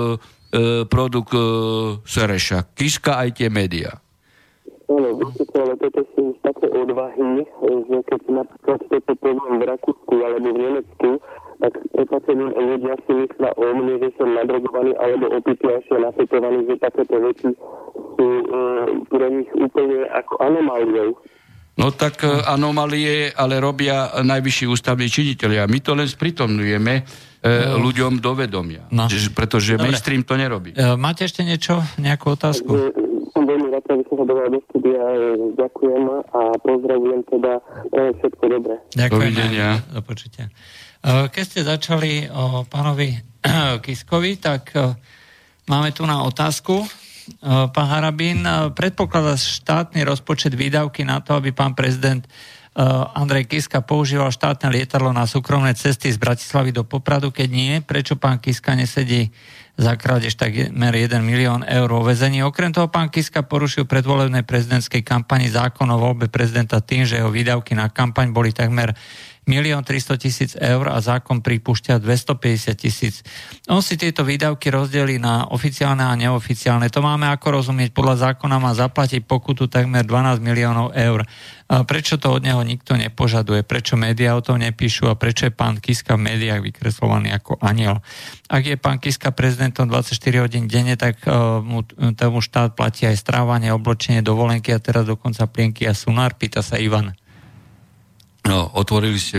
Sereša. Kiska aj tie médiá. Áno, ale toto sú už také odvahy, že keď napríklad toto poviem v Rakúsku alebo v Nemecku, tak prepáčením ľudia si myslia o mne, že som nadrogovaný alebo opitý a som nafetovaný, že takéto veci sú pre nich úplne ako anomáliou. No tak anomálie, ale robia najvyšší ústavní činitelia. My to len sprítomňujeme ľuďom do vedomia. No. Pretože dobre. Mainstream to nerobí. Máte ešte niečo? Nejakú otázku? Som veľmi rád, že som sa dovolal do studia. Ďakujem a pozdravujem teda všetko dobré. Ďakujem. Dovidenia. Do počutia. Keď ste začali o pánovi Kiskovi, tak máme tu na otázku. Pán Harabin, predpokladá štátny rozpočet výdavky na to, aby pán prezident Andrej Kiska používal štátne lietadlo na súkromné cesty z Bratislavy do Popradu? Keď nie, prečo pán Kiska nesedí za krádež takmer 1 milión eur vo väzení. Okrem toho pán Kiska porušil predvolebnej prezidentskej kampani zákon o voľbe prezidenta tým, že jeho výdavky na kampaň boli takmer 1 300 000 eur a zákon pripúšťa 250 000. On si tieto výdavky rozdelí na oficiálne a neoficiálne. To máme ako rozumieť. Podľa zákona má zaplatiť pokutu takmer 12 miliónov eur. A prečo to od neho nikto nepožaduje? Prečo médiá o tom nepíšu? A prečo je pán Kiska v médiách vykreslovaný ako aniel? Ak je pán Kiska prezidentom 24 hodín denne, tak tomu štát platí aj strávanie, oblečenie, dovolenky a teraz dokonca plienky a sunár, pýta sa Ivan. No, otvorili ste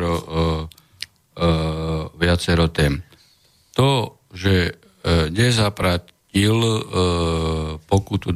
viacero tém. To, že nezaplatil pokutu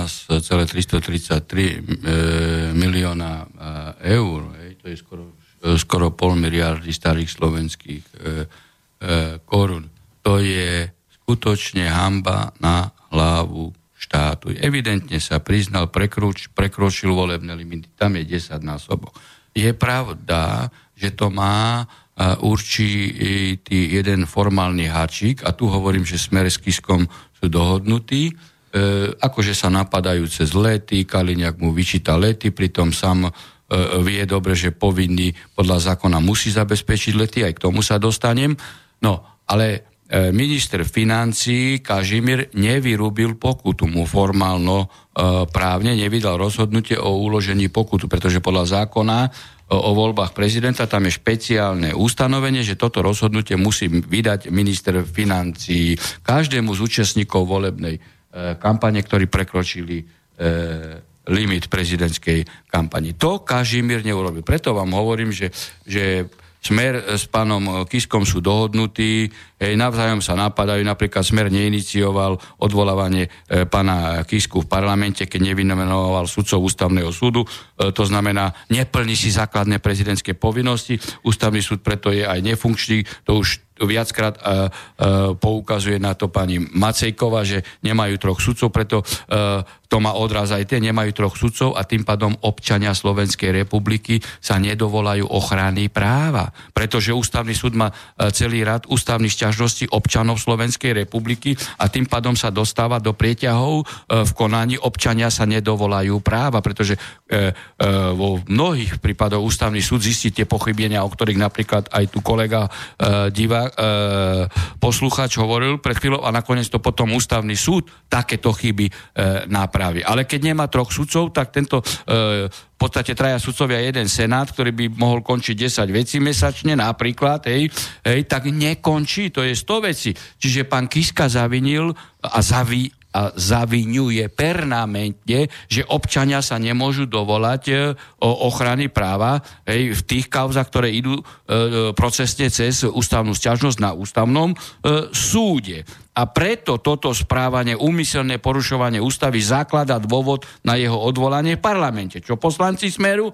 12,333 milióna eur, to je skoro 0,5 miliardy starých slovenských korún. To je skutočne hanba na hlavu štátu. Evidentne sa priznal, prekročil volebné limity, tam je 10 násobok. Je pravda, že to má určitý jeden formálny háčik a tu hovorím, že Smer s Kiskom sú dohodnutí, akože sa napadajú cez lety, Kaliňák mu vyčíta lety, pritom sám vie dobre, že povinný podľa zákona musí zabezpečiť lety, aj k tomu sa dostanem. No, ale minister financií Kažimír nevyrúbil pokutu, mu formálno právne nevydal rozhodnutie o uložení pokutu, pretože podľa zákona o voľbách prezidenta tam je špeciálne ustanovenie, že toto rozhodnutie musí vydať minister financií každému z účastníkov volebnej kampane, ktorí prekročili limit prezidentskej kampani. To Kažimír neurobil. Preto vám hovorím, že Smer s pánom Kiskom sú dohodnutí, navzájom sa napadajú, napríklad Smer neinicioval odvolávanie pána Kisku v parlamente, keď nevymenoval sudcov ústavného súdu, to znamená, neplní si základné prezidentské povinnosti, ústavný súd preto je aj nefunkčný, to už viackrát poukazuje na to pani Macejková, že nemajú 3 sudcov, preto to má odraz aj tie, nemajú 3 sudcov a tým pádom občania Slovenskej republiky sa nedovolajú ochrany práva, pretože ústavný súd má celý rad ústavných sťažností občanov Slovenskej republiky a tým pádom sa dostáva do prieťahov v konaní, občania sa nedovolajú práva, pretože vo mnohých prípadoch ústavný súd zistí tie pochybenia, o ktorých napríklad aj tu kolega poslucháč hovoril pred chvíľou a nakoniec to potom ústavný súd takéto chyby nápraví. Ale keď nemá 3 sudcov, tak tento v podstate 3 sudcovia, 1 senát, ktorý by mohol končiť 10 vecí mesačne napríklad, tak nekončí, to je 100 vecí. Čiže pán Kiska zavinil a zaviňuje permanentne, že občania sa nemôžu dovolať o ochrany práva v tých kauzách, ktoré idú procesne cez ústavnú sťažnosť na ústavnom súde. A preto toto správanie, úmyselné porušovanie ústavy zakladá dôvod na jeho odvolanie v parlamente, čo poslanci Smeru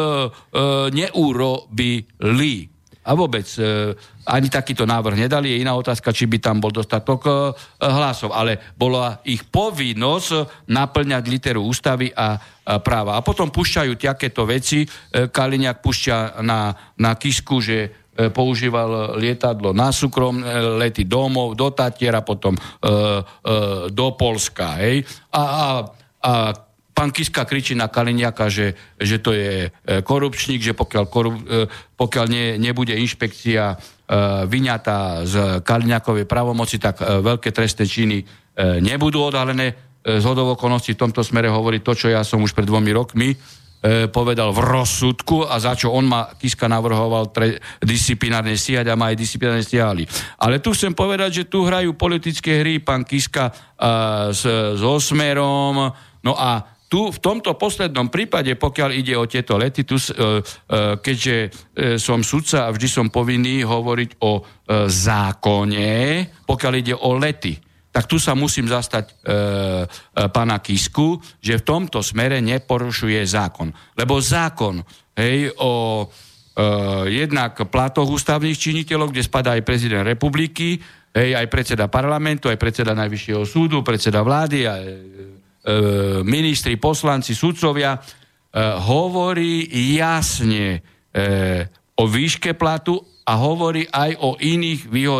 neurobili. A vôbec ani takýto návrh nedali. Je iná otázka, či by tam bol dostatok hlasov. Ale bola ich povinnosť naplňať literu ústavy a práva. A potom púšťajú takéto veci. Kaliňák púšťa na Kisku, že používal lietadlo na lety domov, do Tatiera, potom do Polska. Hej? A pán Kiska kričí na Kaliňáka, že to je korupčník, že pokiaľ nebude inšpekcia vyňatá z Kaliňákovej pravomoci, tak veľké trestné činy nebudú odhalené. Zhodou okolností v tomto smere hovorí to, čo ja som už pred 2 rokmi povedal v rozsudku a za čo on ma Kiska navrhoval disciplinárne stíhať a ma aj disciplinárne stíhali. Ale tu chcem povedať, že tu hrajú politické hry pán Kiska so Smerom, no a tu v tomto poslednom prípade, pokiaľ ide o tieto lety, keďže som sudca a vždy som povinný hovoriť o zákone, pokiaľ ide o lety, tak tu sa musím zastať pána Kisku, že v tomto smere neporušuje zákon. Lebo zákon o jednak platoch ústavných činiteľov, kde spadá aj prezident republiky, aj predseda parlamentu, aj predseda Najvyššieho súdu, predseda vlády, aj ministri, poslanci, sudcovia, hovorí jasne o výške platu a hovorí aj o iných výhodách.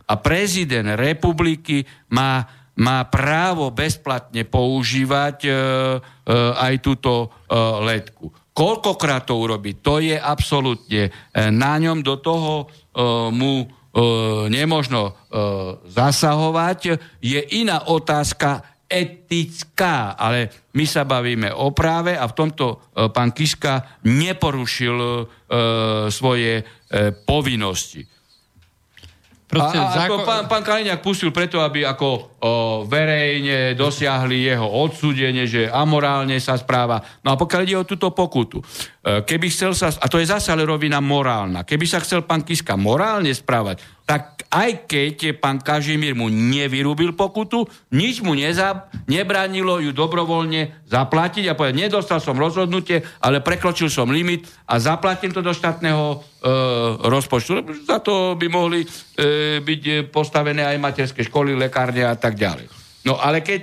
a prezident republiky má právo bezplatne používať aj túto letku. Koľkokrát to urobí, to je absolútne na ňom, do toho mu nemožno zasahovať. Je iná otázka etická, ale my sa bavíme o práve a v tomto pán Kiska neporušil svoje povinnosti. Ako pán Kaliňák pustil preto, aby ako verejne dosiahli jeho odsúdenie, že amorálne sa správa. No a pokiaľ ide o túto pokutu, keby chcel sa, a to je zase ale rovina morálna, keby sa chcel pán Kiska morálne správať, tak aj keď pán Kažimír mu nevyrúbil pokutu, nič mu nebránilo ju dobrovoľne zaplatiť a povedať, nedostal som rozhodnutie, ale prekročil som limit a zaplatím to do štátneho rozpočtu. Za to by mohli byť postavené aj materské školy, lekárne a tak ďalej. No ale keď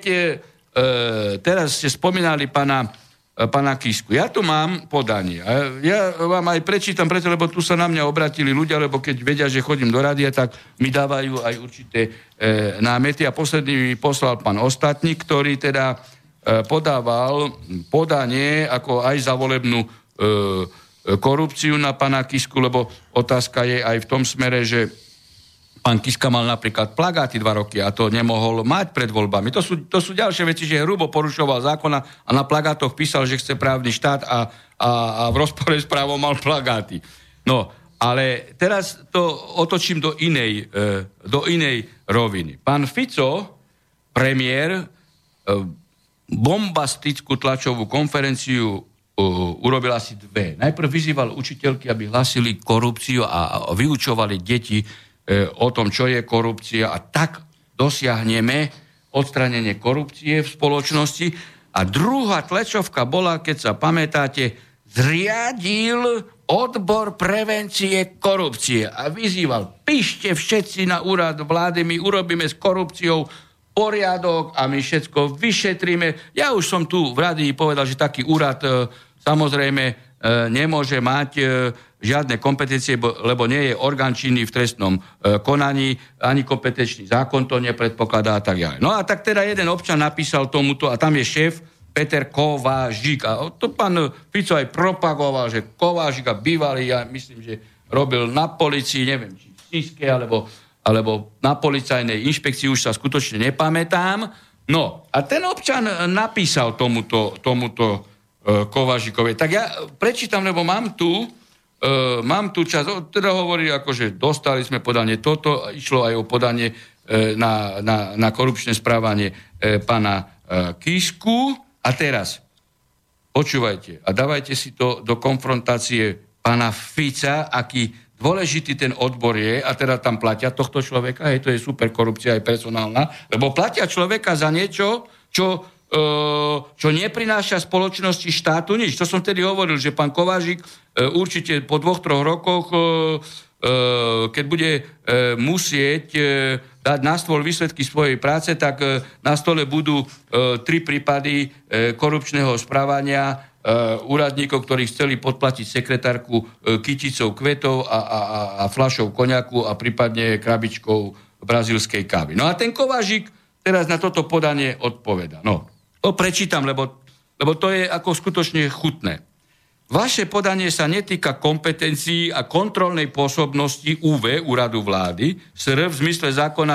teraz ste spomínali pána Kisku. Ja tu mám podanie. Ja vám aj prečítam preto, lebo tu sa na mňa obratili ľudia, lebo keď vedia, že chodím do rádia, tak mi dávajú aj určité námety. A posledný mi poslal pán Ostatník, ktorý teda podával podanie ako aj za volebnú korupciu na pána Kisku, lebo otázka je aj v tom smere, že pán Kiska mal napríklad plagáty 2 roky a to nemohol mať pred voľbami. To sú ďalšie veci, že hrubo porušoval zákona a na plagátoch písal, že chce právny štát a v rozpore s právom mal plagáty. No, ale teraz to otočím do inej roviny. Pán Fico, premiér, bombastickú tlačovú konferenciu urobil asi 2. Najprv vyzýval učiteľky, aby hlásili korupciu a vyučovali deti o tom, čo je korupcia a tak dosiahneme odstránenie korupcie v spoločnosti. A druhá tlačovka bola, keď sa pamätáte, zriadil odbor prevencie korupcie a vyzýval, píšte všetci na úrad vlády, my urobíme s korupciou poriadok a my všetko vyšetríme. Ja už som tu v rádii povedal, že taký úrad samozrejme nemôže mať žiadne kompetencie, lebo nie je orgán činný v trestnom konaní, ani kompetenčný zákon to nepredpokladá a tak ďalej. No a tak teda jeden občan napísal tomuto a tam je šéf Peter Kovážik a to pán Fico aj propagoval, že Kovážik a bývalý, ja myslím, že robil na policii, neviem, či v Siske alebo na policajnej inšpekcii, už sa skutočne nepamätám. No a ten občan napísal tomuto Kovážikovi. Tak ja prečítam, lebo mám tu čas, teda hovorí, akože dostali sme podanie toto, išlo aj o podanie na korupčné správanie pána Kisku. A teraz, počúvajte a dávajte si to do konfrontácie pána Fica, aký dôležitý ten odbor je, a teda tam platia tohto človeka, to je super korupcia aj personálna, lebo platia človeka za niečo, čo neprináša spoločnosti štátu nič. To som tedy hovoril, že pán Kovážik určite po 2-3 rokoch, keď bude musieť dať na stôl výsledky svojej práce, tak na stole budú 3 prípady korupčného správania úradníkov, ktorí chceli podplatiť sekretárku kyticou kvetov a fľašou koniaku a prípadne krabičkou brazílskej kávy. No a ten Kovážik teraz na toto podanie odpoveda. No, to prečítam, lebo to je ako skutočne chutné. Vaše podanie sa netýka kompetencií a kontrolnej pôsobnosti UV, Úradu vlády, SR v zmysle zákona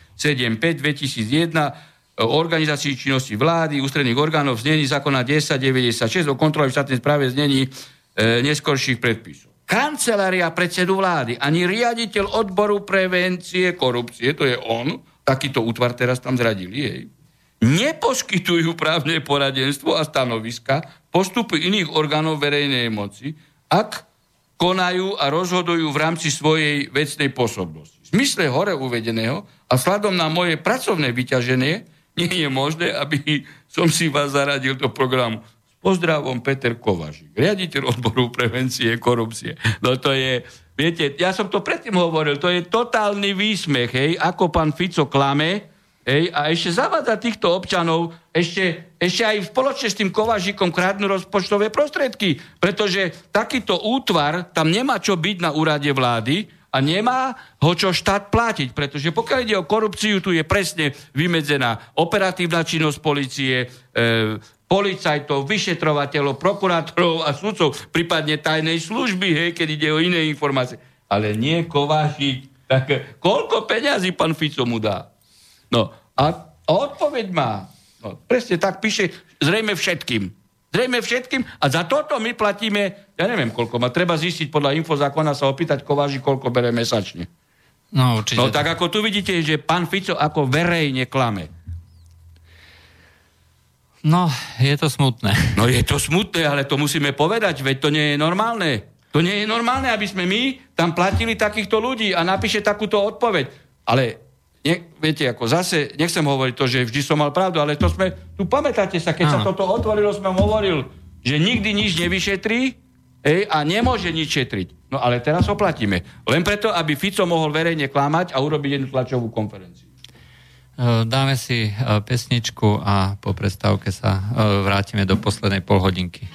575/2001 o organizácii činnosti vlády, ústredných orgánov, znení zákona 1096 o kontrole v štátnej správe, znení neskorších predpisov. Kancelária predsedu vlády, ani riaditeľ odboru prevencie korupcie, to je on, takýto útvar teraz tam zradili, neposkytujú právne poradenstvo a stanoviska, postupy iných orgánov verejnej moci, ak konajú a rozhodujú v rámci svojej vecnej pôsobnosti. V zmysle hore uvedeného a vzhľadom na moje pracovné vyťaženie nie je možné, aby som si vás zaradil do programu. S pozdravom, Peter Kovážik, riaditeľ odboru prevencie korupcie. No to je, viete, ja som to predtým hovoril, to je totálny výsmech, ako pán Fico klame, a ešte zavádza týchto občanov, ešte aj spoločne s tým Kovážikom kradnú rozpočtové prostriedky, pretože takýto útvar tam nemá čo byť na úrade vlády a nemá ho čo štát platiť, pretože pokiaľ ide o korupciu, tu je presne vymedzená operatívna činnosť polície, policajtov, vyšetrovateľov, prokurátorov a sudcov, prípadne tajnej služby, hej, keď ide o iné informácie. Ale nie Kováčik. Tak koľko peňazí pán Fico mu dá? No a odpoveď má. No, presne tak píše, zrejme všetkým. A za toto my platíme, ja neviem koľko má, treba zistiť podľa infozákona, sa opýtať Kováčik, koľko bere mesačne. No určite. No tak ako tu vidíte, že pán Fico ako verejne klame. No, je to smutné. No je to smutné, ale to musíme povedať, veď to nie je normálne. To nie je normálne, aby sme my tam platili takýchto ľudí a napíše takúto odpoveď. Ale, viete, ako zase, nechcem hovoriť to, že vždy som mal pravdu, ale to sme, tu pamätáte sa, keď sa toto otvorilo, som hovoril, že nikdy nič nevyšetrí a nemôže nič šetriť. No ale teraz ho platíme. Len preto, aby Fico mohol verejne klamať a urobiť jednu tlačovú konferenciu. Dáme si pesničku a po prestávke sa vrátime do poslednej polhodinky.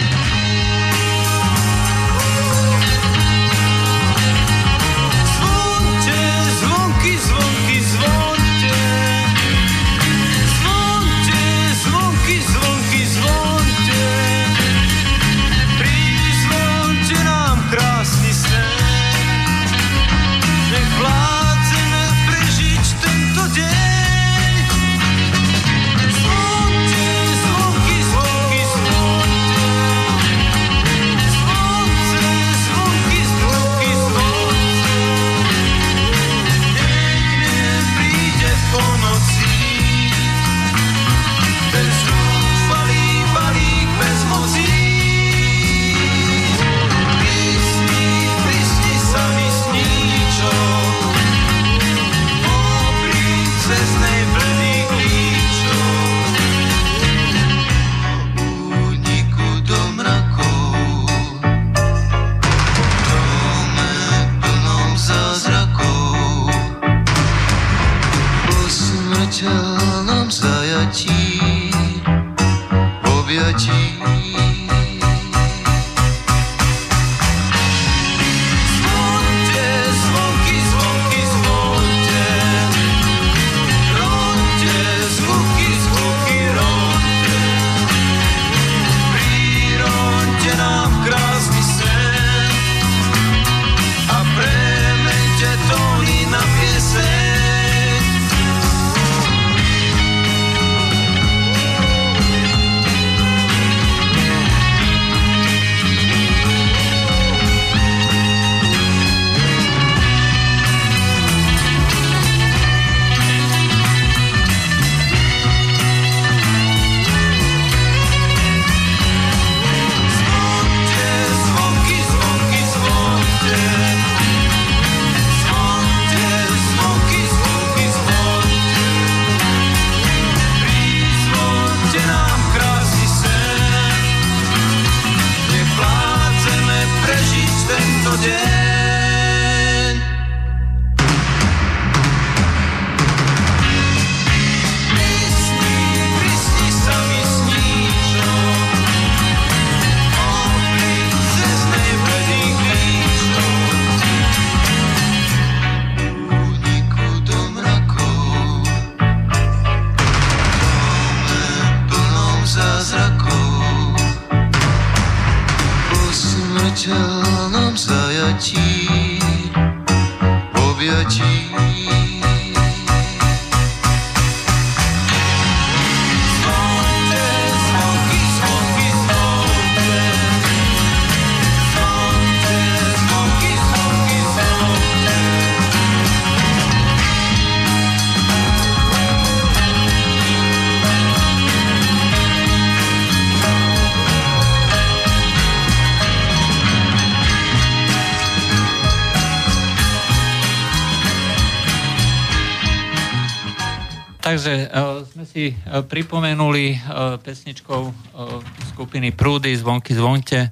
Takže sme si pripomenuli pesničkou skupiny Prúdy Zvonky zvonte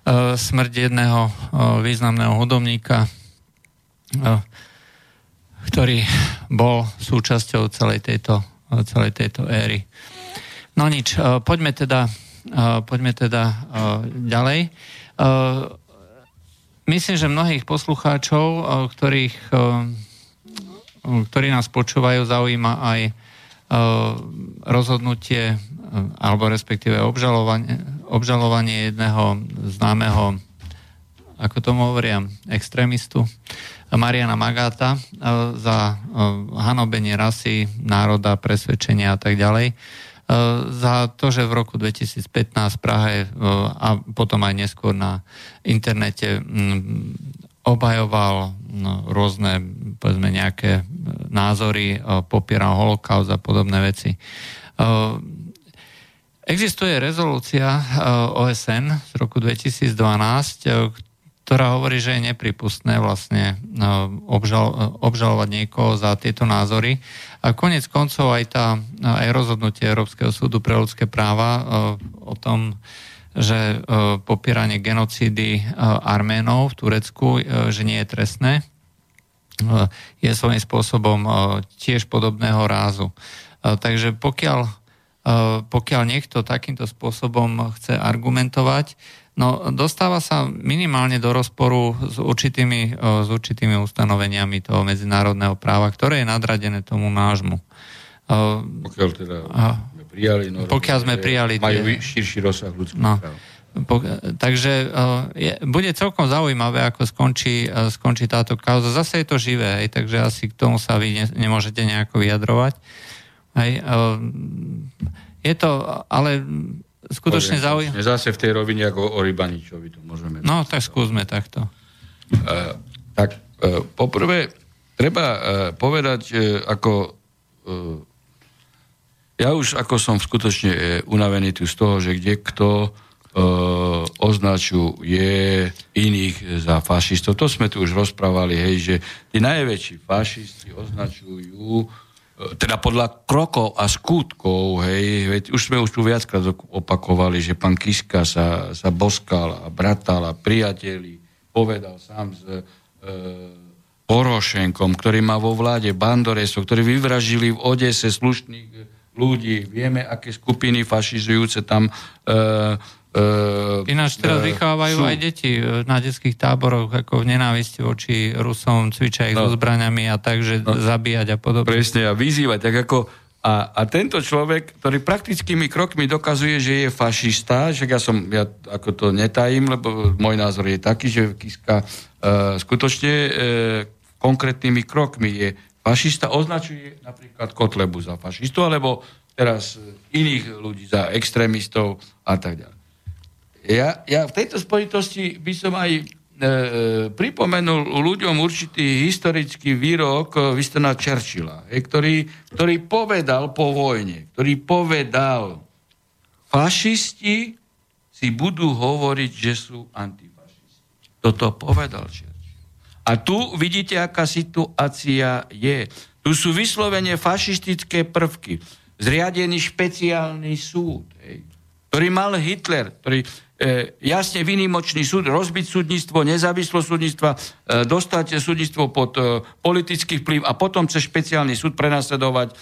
smrť jedného významného hudobníka, ktorý bol súčasťou celej tejto éry. No nič, poďme teda ďalej. myslím, že mnohých poslucháčov, ktorí nás počúvajú, zaujíma aj rozhodnutie alebo respektíve obžalovanie jedného známeho, ako tomu hovoria, extrémistu Mariana Magáta za hanobenie rasy, národa, presvedčenia a tak ďalej. Za to, že v roku 2015 v Prahe a potom aj neskôr na internete obhajoval rôzne, povedzme, nejaké názory, popieral holokaust a podobné veci. Existuje rezolúcia OSN z roku 2012, ktorá hovorí, že je nepripustné vlastne obžalovať niekoho za tieto názory. A koniec koncov aj rozhodnutie Európskeho súdu pre ľudské práva o tom, že popieranie genocídy Arménov v Turecku, že nie je trestné, je svojím spôsobom tiež podobného rázu. Takže pokiaľ niekto takýmto spôsobom chce argumentovať, dostáva sa minimálne do rozporu s určitými ustanoveniami toho medzinárodného práva, ktoré je nadradené tomu nášmu. Pokiaľ teda sme prijali majú širší rozsah ľudských práv. Takže bude celkom zaujímavé, ako skončí táto kauza. Zase je to živé, takže asi k tomu sa vy nemôžete nejako vyjadrovať. Je to, ale skutočne zaujímavé. Zase v tej rovine ako o Rybaničovi to môžeme... No, tak skúsme takto. Poprvé, treba povedať, ja už ako som skutočne unavený tu z toho, že kde kto označuje iných za fašistov. To sme tu už rozprávali, že tí najväčší fašisti označujú teda podľa krokov a skutkov, už sme už tu viackrát opakovali, že pán Kiska sa boskal a bratal a priateli, povedal sám s Porošenkom, ktorý má vo vláde bandoresov, ktorí vyvražili v Odese slušných ľudí. Vieme, aké skupiny fašizujúce tam ináč teraz vychovávajú aj deti na detských táboroch ako v nenávisti voči Rusom, cvičia ich so zbraňami a takže zabíjať a podobne. Presne, a vyzývať. Tak ako, a tento človek, ktorý praktickými krokmi dokazuje, že je fašista, že ja ako to netajím, lebo môj názor je taký, že Kiska skutočne konkrétnymi krokmi je fašista, označuje napríklad Kotlebu za fašistu, alebo teraz iných ľudí za extrémistov a tak ďalej. Ja v tejto spojitosti by som aj pripomenul ľuďom určitý historický výrok Winstona Churchilla, ktorý povedal po vojne, fašisti si budú hovoriť, že sú antifašisti. Toto povedal Churchill. A tu vidíte, aká situácia je. Tu sú vyslovene fašistické prvky. Zriadený špeciálny súd, ktorý mal Hitler, ktorý jasne výnimočný súd, rozbiť súdnictvo, nezávislosť súdnictva, dostať súdnictvo pod politický vplyv a potom cez špeciálny súd prenasledovať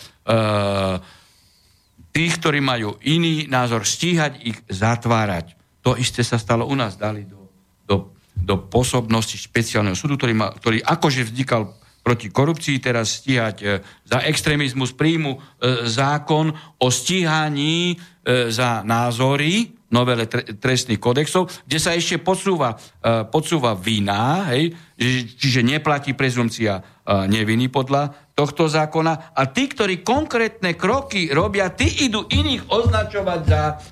tých, ktorí majú iný názor, stíhať ich, zatvárať. To isté sa stalo u nás, dali do pôsobnosti špeciálneho súdu, ktorý akože vznikal proti korupcii, teraz stíhať za extrémizmus, príjmu zákon o stíhaní za názory, novele trestných kodexov, kde sa ešte podsúva vina, čiže neplatí prezumcia neviny podľa tohto zákona. A tí, ktorí konkrétne kroky robia, tí idú iných označovať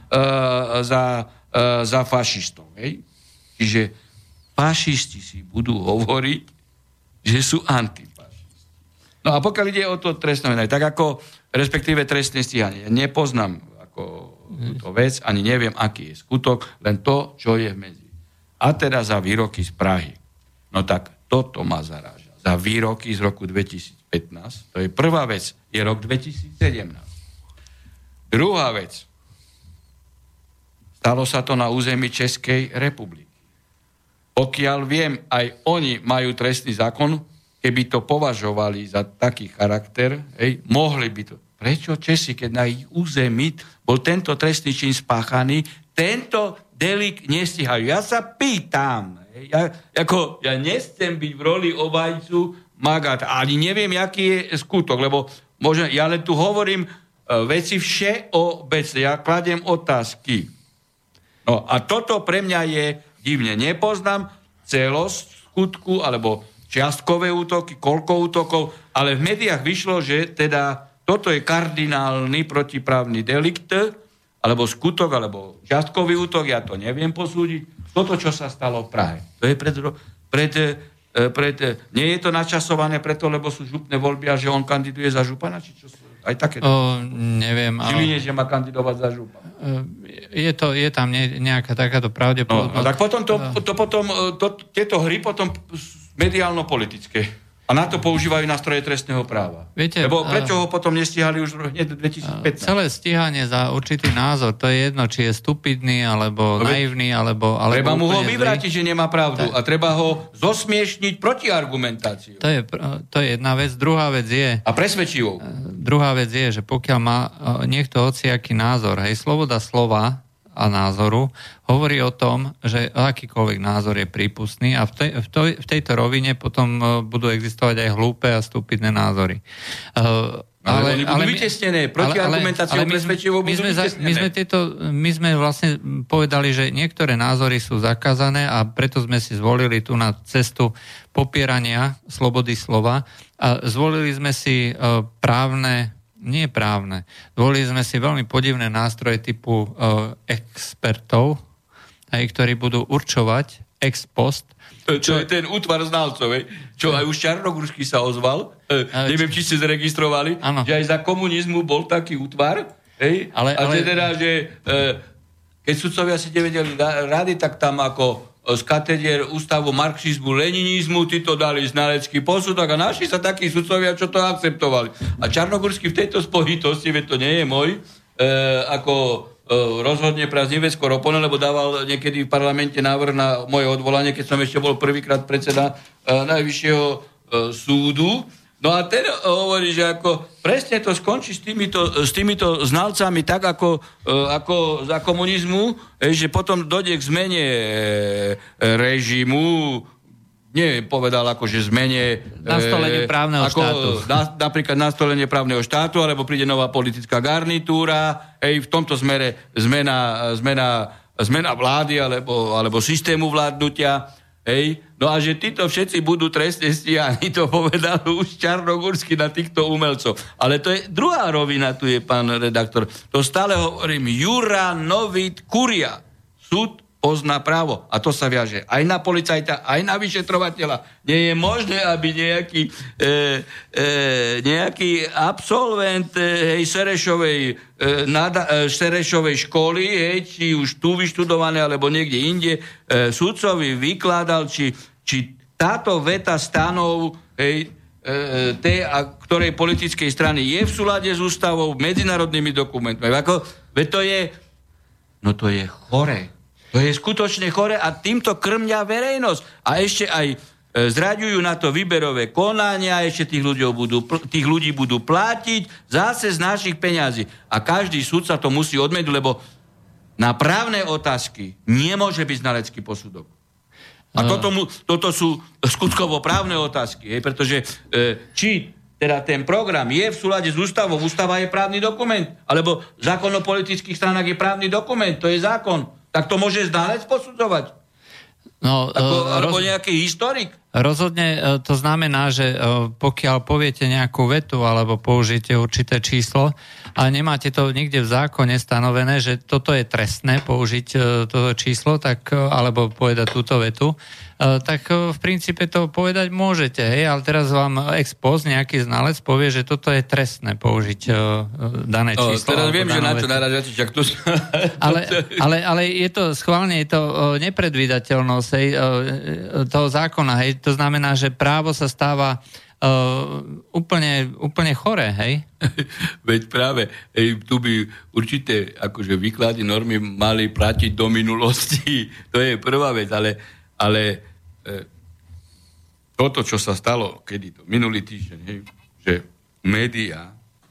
za fašistov. Čiže fašisti si budú hovoriť, že sú antifašisti. No a pokiaľ ide o to trestné, tak ako respektíve trestné stíhanie, nepoznám túto vec, ani neviem, aký je skutok, len to, čo je v medzi. A teda za výroky z Prahy. No tak toto ma zaráža. Za výroky z roku 2015, to je prvá vec, je rok 2017. Druhá vec, stalo sa to na území Českej republiky. Pokiaľ viem, aj oni majú trestný zákon, keby to považovali za taký charakter, mohli by to. Prečo Česi, keď na ich území bol tento trestný čin spáchaný, tento delik nestíhajú? Ja sa pýtam, Ja nechcem byť v roli obhajcu Magát, ani neviem, aký je skutok, lebo ja len tu hovorím veci všeobecne, ja kladiem otázky. No a toto pre mňa je divne. Nepoznám celosť skutku, alebo čiastkové útoky, koľko útokov, ale v médiách vyšlo, že teda toto je kardinálny protiprávny delikt, alebo skutok, alebo čiastkový útok, ja to neviem posúdiť. Toto, čo sa stalo v Prahe. To je nie je to načasované preto, lebo sú župné voľby a že on kandiduje za župana, či čo sú? Aj také. Neviem. Žiline, že má kandidovať za župana. Je tam nejaká takáto pravdepodobnosť. No, tak potom tieto hry potom mediálno-politické. A na to používajú nástroje trestného práva. Viete, lebo prečo ho potom nestíhali už hneď 2015? Celé stíhanie za určitý názor, to je jedno, či je stupidný, alebo naivný, alebo treba mu ho vyvrátiť, že nemá pravdu. A treba ho zosmiešniť proti argumentáciu. To je jedna vec. Druhá vec je... A presvedčivou. Druhá vec je, že pokiaľ má niekto hociaký názor, sloboda slova a názoru, hovorí o tom, že akýkoľvek názor je prípustný a v tejto rovine potom budú existovať aj hlúpe a stupidné názory. Ale budú vytesnené, proti argumentáciou presvedčivou budú vytesnené. My sme vlastne povedali, že niektoré názory sú zakázané a preto sme si zvolili tu na cestu popierania slobody slova a zvolili sme si Zvolili sme si veľmi podivné nástroje typu expertov, ktorí budú určovať ex post. Čo je ten útvar znalcov, čo aj už Čarnogórsky sa ozval. Neviem, či ste zaregistrovali, že aj za komunizmu bol taký útvar. Keď sudcovia si nevedeli rady, tak tam ako z katedier ústavu marxizmu, leninizmu, títo dali znalecký posudok a našli sa takí sudcovia, čo to akceptovali. A Čarnogórsky v tejto spojitosti, veď to nie je môj, rozhodne praznivé skoro oponé, lebo dával niekedy v parlamente návrh na moje odvolanie, keď som ešte bol prvýkrát predseda Najvyššieho súdu. No a ten hovorí, že ako presne to skončí s týmito znalcami tak, ako za komunizmu, že potom dojde k zmene režimu, povedal akože zmene nastolenie právneho štátu. Napríklad nastolenie právneho štátu, alebo príde nová politická garnitúra, v tomto smere zmena vlády alebo systému vládnutia. No a že títo všetci budú trestne stíhaní, to povedal už Čarnogórsky na týchto umelcov. Ale to je druhá rovina, tu je pán redaktor. To stále hovorím, Jura Novit Kuria. Súd pozná právo. A to sa viaže aj na policajta, aj na vyšetrovateľa. Nie je možné, aby nejaký absolvent Serešovej školy, či už tu vyštudované, alebo niekde inde, sudcovi vykladal, či táto veta stanov ktorej politickej strany je v súlade s ústavou, medzinárodnými dokumentmi. To je chore. To je skutočne chore a týmto krmňa verejnosť. A ešte aj zraďujú na to výberové konania, ešte tých ľudí budú platiť zase z našich peňazí. A každý súdca to musí odmeniť, lebo na právne otázky nemôže byť znalecký posudok. A toto sú skutkovo-právne otázky, pretože či teda ten program je v súlade s ústavou, ústava je právny dokument, alebo zákon o politických stranách je právny dokument, to je zákon. Tak to môže znalec posudzovať? Alebo nejaký historik? Rozhodne to znamená, že pokiaľ poviete nejakú vetu alebo použijete určité číslo a nemáte to nikde v zákone stanovené, že toto je trestné použiť toto číslo, tak, alebo povedať túto vetu, tak v princípe to povedať môžete, ale teraz vám ex post nejaký znalec povie, že toto je trestné použiť dané číslo. Teraz viem, že na čo narážate, čak to... ale je to schválne, je to nepredvídateľnosť toho zákona, to znamená, že právo sa stáva úplne choré, hej? Veď práve, tu by určité akože výklady normy mali platiť do minulosti. To je prvá vec, ale toto, čo sa stalo, kedy to, minulý týždeň, že médiá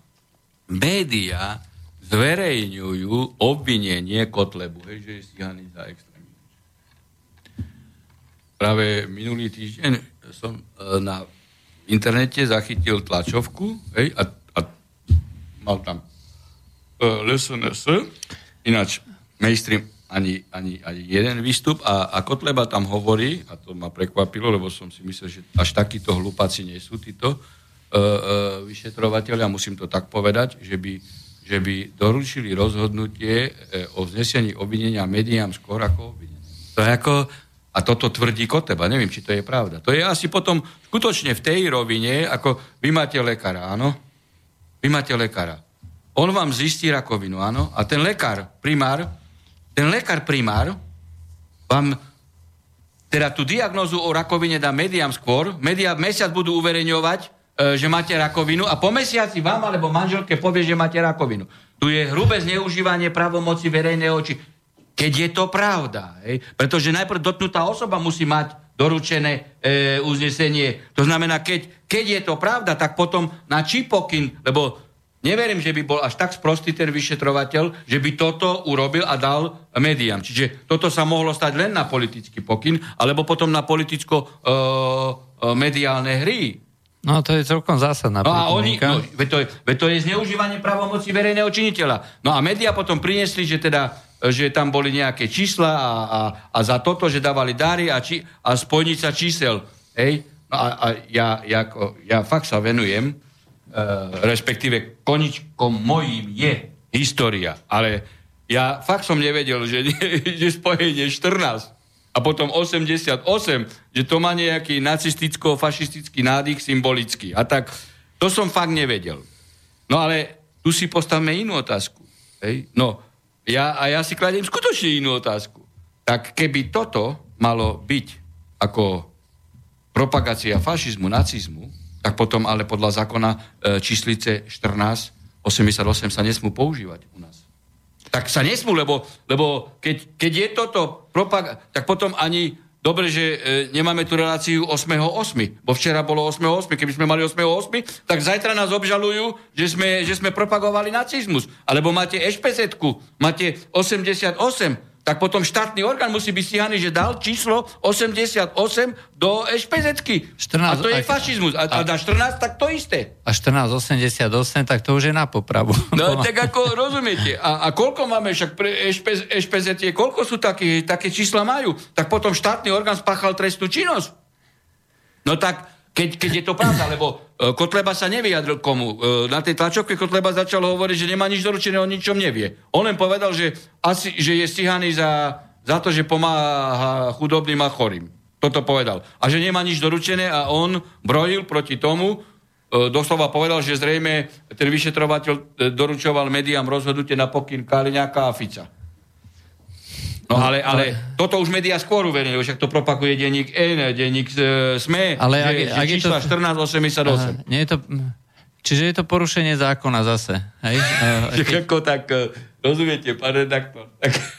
zverejňujú obvinenie Kotlebu, že je stíhaný za extrémizmus. práve minulý týždeň som na internete zachytil tlačovku, hej, a mal tam LSNS, ináč mainstream ani jeden výstup a Kotleba tam hovorí, a to ma prekvapilo, lebo som si myslel, že až takíto hlupáci nie sú títo vyšetrovateľia, musím to tak povedať, že by doručili rozhodnutie o vznesení obvinenia médiám skôr ako obvinenia. To je ako, a toto tvrdí Kotleba, neviem, či to je pravda. To je asi potom skutočne v tej rovine, ako vy máte lekára, áno? Vy máte lekára. On vám zistí rakovinu, áno? A ten lekár primár vám teda tú diagnózu o rakovine dá médiám skôr, médiá mesiac budú uverejňovať, že máte rakovinu a po mesiaci vám alebo manželke povie, že máte rakovinu. Tu je hrubé zneužívanie právomoci verejného, keď je to pravda. Hej? Pretože najprv dotknutá osoba musí mať doručené uznesenie. To znamená, keď je to pravda, tak potom na čí pokyn, lebo neverím, že by bol až tak sprostý ten vyšetrovateľ, že by toto urobil a dal médiám. Čiže toto sa mohlo stať len na politický pokyn, alebo potom na politicko-mediálne hry. No to je celkom zásadná pripomienka. Veď to je zneužívanie právomoci verejného činiteľa. No a médiá potom priniesli, že tam boli nejaké čísla a za toto, že dávali dary a spojnica čísel. Hej? No a ja fakt sa venujem, respektíve koničkom mojím je história, ale ja fakt som nevedel, že spojenie 14 a potom 88, že to má nejaký nacisticko-fašistický nádych symbolický. A tak, to som fakt nevedel. No ale tu si postavme inú otázku. Hej? No, ja si kladiem skutočne inú otázku. Tak keby toto malo byť ako propagácia fašizmu, nacizmu, tak potom ale podľa zákona číslice 1488 sa nesmú používať u nás. Tak sa nesmú, lebo keď je toto tak potom ani dobre, že nemáme tú reláciu 8.8. Bo včera bolo 8.8. Keby sme mali 8.8, tak zajtra nás obžalujú, že sme propagovali nacizmus. Alebo máte ešpezetku, máte 88, tak potom štátny orgán musí byť stíhaný, že dal číslo 88 do ešpezetky. A to je fašizmus. A na 14, tak to isté. A 1488, tak to už je na popravu. No tak ako rozumiete. A koľko máme však pre ešpezetie, koľko sú také čísla majú? Tak potom štátny orgán spáchal trestnú činnosť. No tak, keď je to pravda, lebo Kotleba sa nevyjadril komu. Na tej tlačovke Kotleba začal hovoriť, že nemá nič doručené, o ničom nevie. On len povedal, že je stíhaný za to, že pomáha chudobným a chorým. Toto povedal. A že nemá nič doručené a on brojil proti tomu, doslova povedal, že zrejme ten vyšetrovateľ doručoval médiám rozhodnutie na pokyn Kaliňáka a Fica. No ale toto už médiá skôr uverejnili, však to propaguje denník N, denník SME, ale že čísla 1488. Čiže je to porušenie zákona zase. Hej? Tak rozumiete, pán redaktor,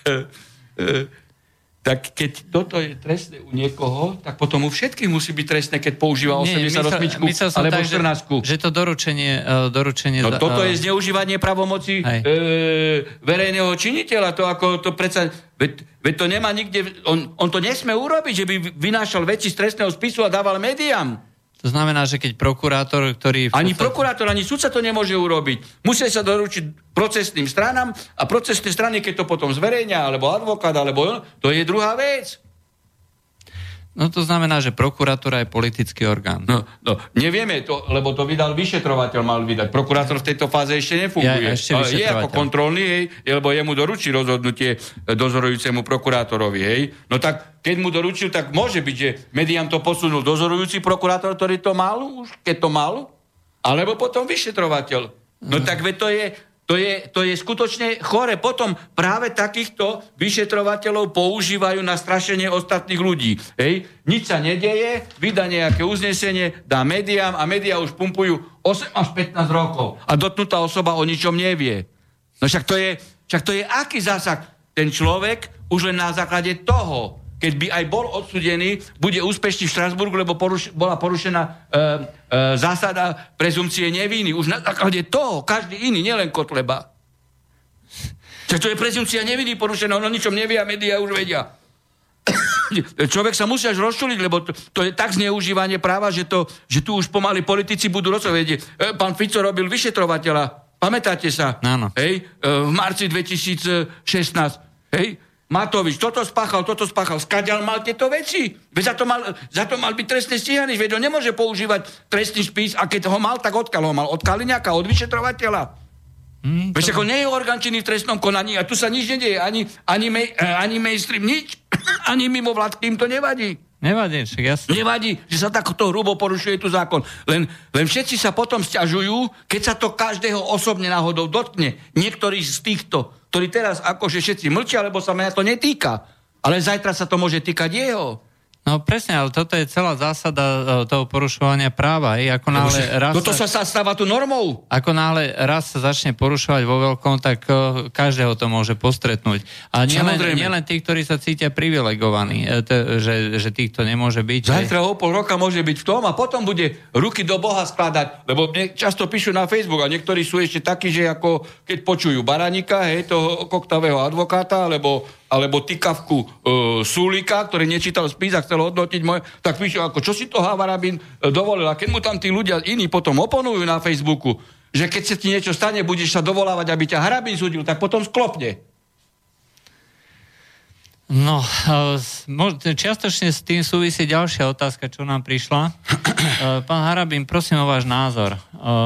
tak keď toto je trestné u niekoho, tak potom u všetkých musí byť trestné, keď používa 88 alebo 14. Že to doručenie... No toto je zneužívanie pravomoci verejného činiteľa. To ako to predsa... Veď to nemá nikde... On to nesmie urobiť, že by vynášal veci z trestného spisu a dával médiám. To znamená, že keď prokurátor, ktorý... Ani prokurátor, ani sudca to nemôže urobiť. Musia sa doručiť procesným stranám a procesné strany, keď to potom zverejňa, alebo advokát, alebo to je druhá vec. No to znamená, že prokurátor je politický orgán. No, nevieme to, lebo to vydal vyšetrovateľ, mal vydať. Prokurátor v tejto fáze ešte nefunguje. Je ako kontrolný, lebo jemu doručí rozhodnutie dozorujúcemu prokurátorovi. Hej. No tak, keď mu doručil, tak môže byť, že médiám to posunul dozorujúci prokurátor, ktorý to mal, už keď to mal, alebo potom vyšetrovateľ. No tak to je skutočne chore. Potom práve takýchto vyšetrovateľov používajú na strašenie ostatných ľudí. Hej. Nič sa nedeje, vydá nejaké uznesenie, dá médiám a médiá už pumpujú 8 až 15 rokov. A dotknutá osoba o ničom nevie. No však to je aký zásah? Ten človek už len na základe toho, keď by aj bol odsudený, bude úspešný v Štrasburgu, lebo bola porušená zásada prezumcie neviny. Už na základe toho, každý iný, nielen Kotleba. Čiže to je prezumcia neviny porušená, on o ničom nevie a médiá už vedia. Človek sa musí až rozčuliť, lebo to je tak zneužívanie práva, že tu už pomaly politici budú rozhovieť. Pán Fico robil vyšetrovateľa. Pamätáte sa? Áno. Hej? V marci 2016. Hej? Matovič, toto spáchal. Skáďal mal tieto veci. Veď za to mal byť trestne stíhaný. Veď on nemôže používať trestný spis a keď ho mal, tak odkiaľ ho mal? Od Kaliňáka, od vyšetrovateľa. Veď ako nie je orgán činný v trestnom konaní a tu sa nič nedieje. Ani mainstream nič. Ani mimo vládky im to nevadí. Nevadí, však jasne. Nevadí, že sa takto hrubo porušuje tu zákon. Len všetci sa potom sťažujú, keď sa to každého osobne náhodou dotkne. Niektorí z týchto, ktorí teraz akože všetci mlčia, lebo sa mňa to netýka. Ale zajtra sa to môže týkať jeho. No presne, ale toto je celá zásada toho porušovania práva. Toto sa stáva tu normou. Ako náhle raz sa začne porušovať vo veľkom, tak každého to môže postretnúť. A nielen tí, ktorí sa cítia privilegovaní, že týchto nemôže byť. Zajtra o pol roka môže byť v tom a potom bude ruky do Boha skladať. Lebo mne často píšu na Facebook a niektorí sú ešte takí, že ako keď počujú Baranika, toho koktavého advokáta, alebo tykavku Sulíka, ktorý nečítal spis a chcel hodnotiť tak píšu, ako čo si to Harabin dovolil. A keď mu tam tí ľudia iní potom oponujú na Facebooku, že keď sa ti niečo stane, budeš sa dovolávať, aby ťa Harabin súdil, tak potom sklopne. No, čiastočne s tým súvisí ďalšia otázka, čo nám prišla. Pán Harabin, prosím o váš názor.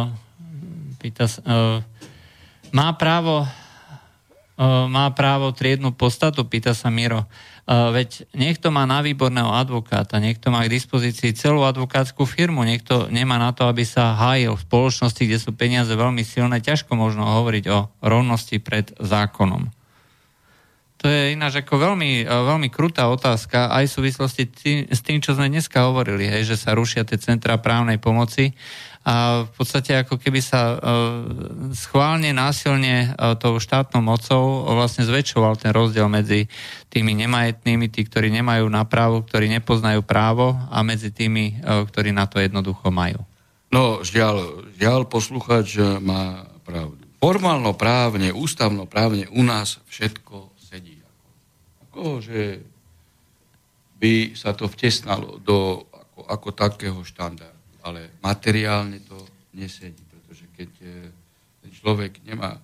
Má právo triednu podstatu, pýta sa Miro. Veď niekto má na výborného advokáta, niekto má k dispozícii celú advokátsku firmu, niekto nemá na to, aby sa hájil v spoločnosti, kde sú peniaze veľmi silné. Ťažko možno hovoriť o rovnosti pred zákonom. To je ináč ako veľmi, veľmi krutá otázka aj v súvislosti s tým, čo sme dneska hovorili, že sa rušia tie centrá právnej pomoci. A v podstate ako keby sa schválne, násilne tou štátnou mocou vlastne zväčšoval ten rozdiel medzi tými nemajetnými, tí, ktorí nemajú nápravu, ktorí nepoznajú právo a medzi tými, ktorí na to jednoducho majú. No, žiaľ poslucháč má pravdu. Formálno-právne, ústavno-právne u nás všetko sedí. Že by sa to vtesnalo do ako takého štandardu. Ale materiálne to nesedí, pretože keď ten človek nemá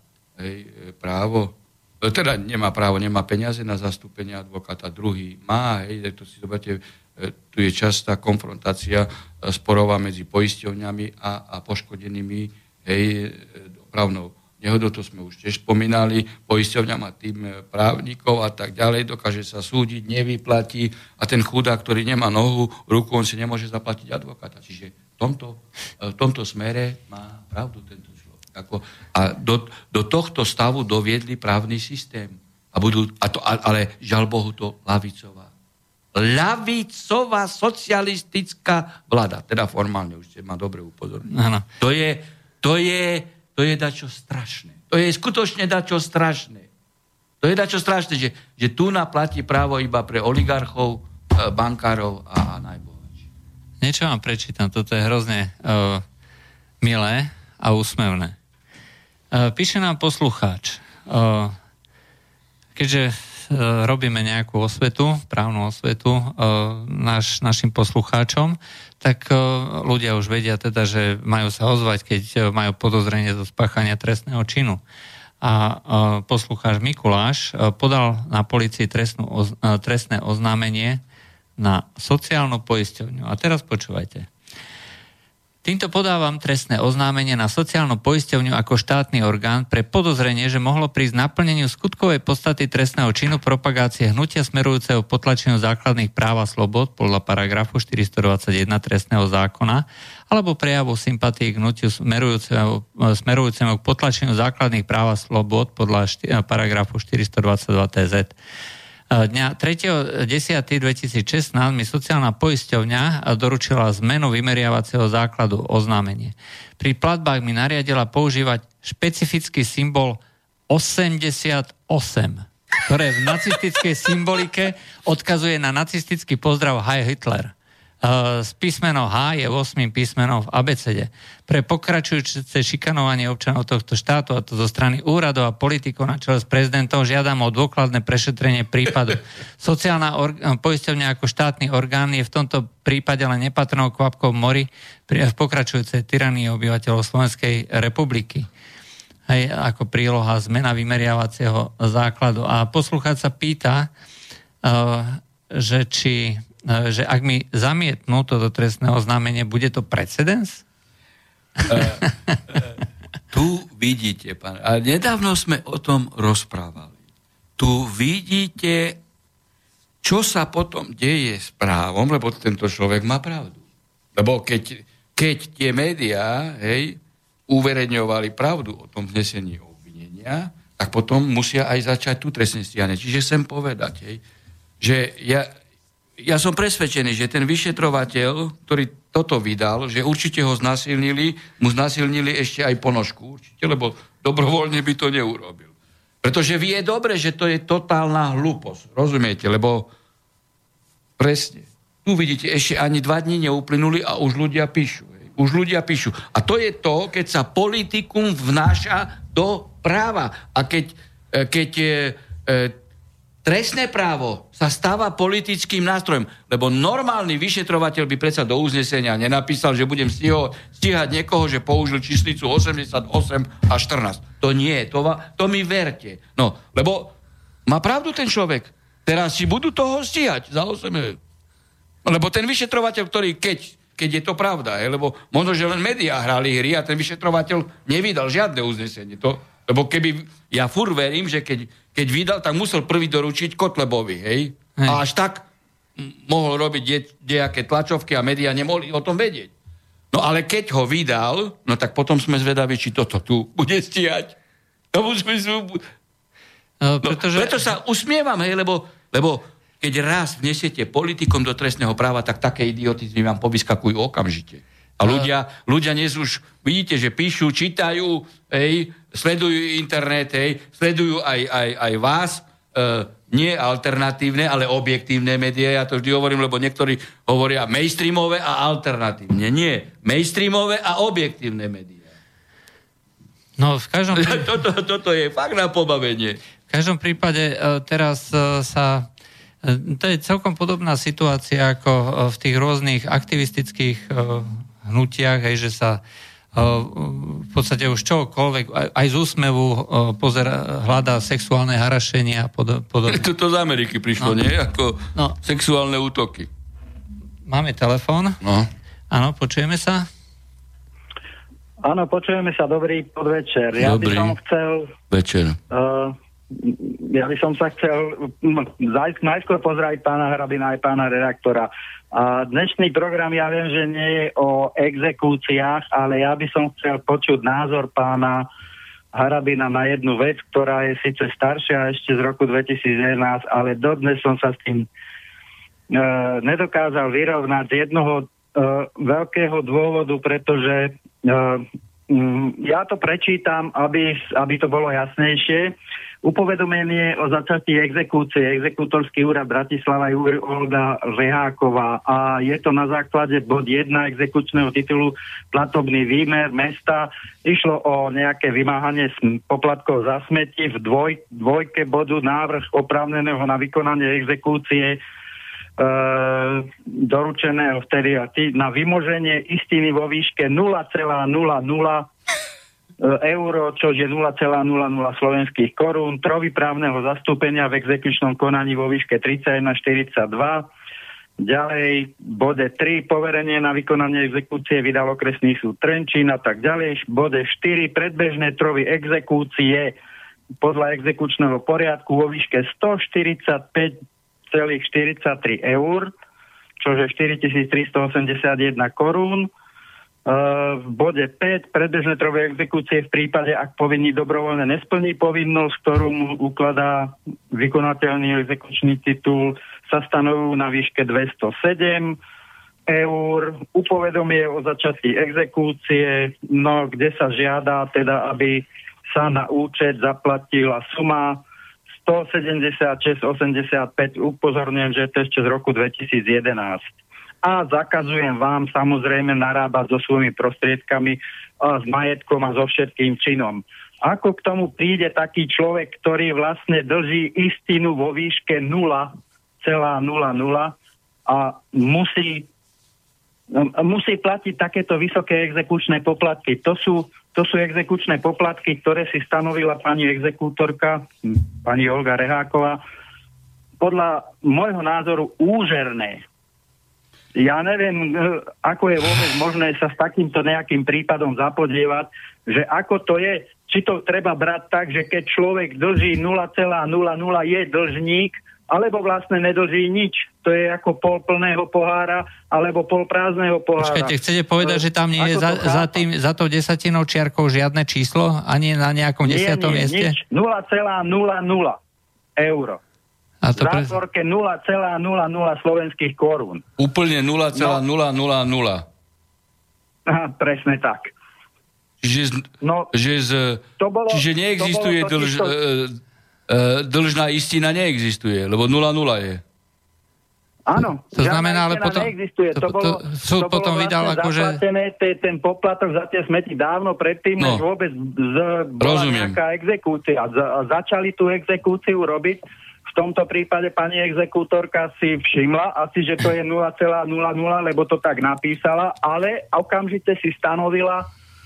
nemá peniaze na zastúpenie advokáta, druhý má, to si zoberte, tu je častá konfrontácia sporová medzi poisťovňami a poškodenými dopravnou nehodou, to sme už tiež spomínali, poisťovňa má tým právnikov a tak ďalej, dokáže sa súdiť, nevyplatí a ten chudák, ktorý nemá nohu, ruku, on si nemôže zaplatiť advokáta. Čiže v tomto smere má pravdu tento človek. A do tohto stavu doviedli právny systém. Ale žiaľ Bohu to ľavicová socialistická vláda. Teda formálne, už ste ma dobre upozornili. To je dačo strašné. To je skutočne dačo strašné. To je dačo strašné, že tu platí právo iba pre oligarchov, bankárov a najbohatších. Niečo vám prečítam, toto je hrozne milé a úsmevné. Píše nám poslucháč. Keďže robíme nejakú osvetu, právnu osvetu našim poslucháčom, tak ľudia už vedia teda, že majú sa ozvať, keď majú podozrenie zo spáchania trestného činu. A poslucháč Mikuláš podal na polícii trestné oznámenie na sociálnu poisťovňu. A teraz počúvajte. Týmto podávam trestné oznámenie na sociálnu poisťovňu ako štátny orgán pre podozrenie, že mohlo prísť naplneniu skutkovej podstaty trestného činu propagácie hnutia smerujúceho k potlačeniu základných práv a slobod podľa paragrafu 421 trestného zákona alebo prejavu sympatii k hnutiu smerujúcemu k potlačeniu základných práv a slobod podľa paragrafu 422 TZ. Dňa 3.10.2016 mi sociálna poisťovňa doručila zmenu vymeriavacieho základu oznámenie. Pri platbách mi nariadila používať špecifický symbol 88, ktoré v nacistickej symbolike odkazuje na nacistický pozdrav Heil Hitler. z písmeno H je 8. písmenom v abecede. Pre pokračujúce šikanovanie občanov tohto štátu, a to zo strany úradov a politikov na čele s prezidentom, žiadam o dôkladné prešetrenie prípadu. Sociálna poisťovňa ako štátny orgán je v tomto prípade len nepatrnou kvapkou v mori v pokračujúcej tyranii obyvateľov Slovenskej republiky. Hej, ako príloha zmena vymeriavacieho základu. A poslucháč sa pýta, že ak mi zamietnú toto trestné oznámenie, bude to precedens? Tu vidíte, pán, a nedávno sme o tom rozprávali. Tu vidíte, čo sa potom deje s právom, lebo tento človek má pravdu. Lebo keď tie médiá, uverejňovali pravdu o tom vznesení obvinenia, tak potom musia aj začať tu trestné stíhanie. Čiže chcem povedať, že ja som presvedčený, že ten vyšetrovateľ, ktorý toto vydal, že určite ho mu znásilnili ešte aj ponožku, určite, lebo dobrovoľne by to neurobil. Pretože vie dobre, že to je totálna hlúposť, rozumiete, lebo presne, tu vidíte, ešte ani 2 dní neuplynuli a už ľudia píšu. A to je to, keď sa politikum vnáša do práva. A keď trestné právo sa stáva politickým nástrojom, lebo normálny vyšetrovateľ by predsa do uznesenia nenapísal, že budem stíhať niekoho, že použil číslicu 88 a 14. To nie, to mi verte. No, lebo má pravdu ten človek. Teraz si budú toho stíhať za 8. Lebo ten vyšetrovateľ, ktorý keď je to pravda, lebo možno, že len médiá hrali hry a ten vyšetrovateľ nevydal žiadne uznesenie. Lebo ja furt verím, že keď vydal, tak musel prvý doručiť Kotlebovi, A až tak mohol robiť nejaké tlačovky a médiá nemohli o tom vedieť. No ale keď ho vydal, no tak potom sme zvedaví, či toto tu bude stíhať. Preto sa usmievam, lebo keď raz vnesiete politikom do trestného práva, tak také idiotizmy vám povyskakujú okamžite. A ľudia dnes už, vidíte, že píšu, čítajú, sledujú internet, sledujú aj vás, nie alternatívne, ale objektívne médiá. Ja to vždy hovorím, lebo niektorí hovoria mainstreamové a alternatívne. Nie, mainstreamové a objektívne médiá. No, v každom prípade... Toto je fakt na pobavenie. V každom prípade teraz sa... To je celkom podobná situácia ako v tých rôznych aktivistických hnutiach, že sa v podstate už čokoľvek, aj z úsmevu hľadá sexuálne harašenie a podobne. To z Ameriky prišlo, nie? Ako sexuálne útoky. Máme telefón. No. Áno, počujeme sa? Áno, počujeme sa. Dobrý podvečer. Ja by som chcel... Večer. Ja by som sa chcel najskôr pozdraviť pána Hrabina aj pána redaktora. A dnešný program, ja viem, že nie je o exekúciách, ale ja by som chcel počuť názor pána Hrabina na jednu vec, ktorá je síce staršia ešte z roku 2011, ale dodnes som sa s tým nedokázal vyrovnať z jednoho veľkého dôvodu, pretože ja to prečítam, aby to bolo jasnejšie. Upovedomenie o začatí exekúcie, exekútorský úrad Bratislava Olga Reháková, a je to na základe bod 1 exekučného titulu platobný výmer mesta. Išlo o nejaké vymáhanie poplatkov za smeti. V dvojke bodu návrh oprávneného na vykonanie exekúcie doručeného vtedy na vymoženie istiny vo výške 0,00 euro, čo je 0,00 slovenských korún, trojvyprávneho zastúpenia v exekučnom konaní vo výške 31,42. Ďalej, bode 3, poverenie na vykonanie exekúcie vydal okresný súd Trenčín a tak ďalej. Bode 4, predbežné trovy exekúcie podľa exekučného poriadku vo výške 145,43 eur, čo je 4,381 korún. V bode 5 predbežné trové exekúcie v prípade, ak povinný dobrovoľne nesplní povinnosť, ktorú mu ukladá vykonateľný exekučný titul, sa stanovujú na výške 207 eur. Upovedomie o začatí exekúcie, kde sa žiada teda, aby sa na účet zaplatila suma 176,85. Upozorňujem, že to ešte z roku 2011. a zakazujem vám samozrejme narábať so svojimi prostriedkami, s majetkom a so všetkým činom. Ako k tomu príde taký človek, ktorý vlastne drží istinu vo výške 0,00 a musí platiť takéto vysoké exekučné poplatky. To sú exekučné poplatky, ktoré si stanovila pani exekútorka, pani Olga Reháková, podľa môjho názoru úžerné. Ja neviem, ako je vôbec možné sa s takýmto nejakým prípadom zapodievať, že ako to je, či to treba brať tak, že keď človek dlží 0,00 je dlžník, alebo vlastne nedlží nič. To je ako pol plného pohára, alebo pol prázdneho pohára. Počkajte, chcete povedať, že tam nie je za tou desatinou čiarkou žiadne číslo? Ani na nejakom 10. mieste? Nič. 0,00 eur. A to zátvorke 0,00 slovenských korún. Úplne 0,000. Aha, presne tak. Čiže neexistuje dlžná istina neexistuje, lebo 0,0 je. Áno. To znamená, ale potom neexistuje. súd potom vydal akože ten poplatok za tie smeti dávno predtým, než vôbec bola nejaká exekúcia. Začali tú exekúciu robiť. V tomto prípade pani exekútorka si všimla asi, že to je 0,00, lebo to tak napísala, ale okamžite si stanovila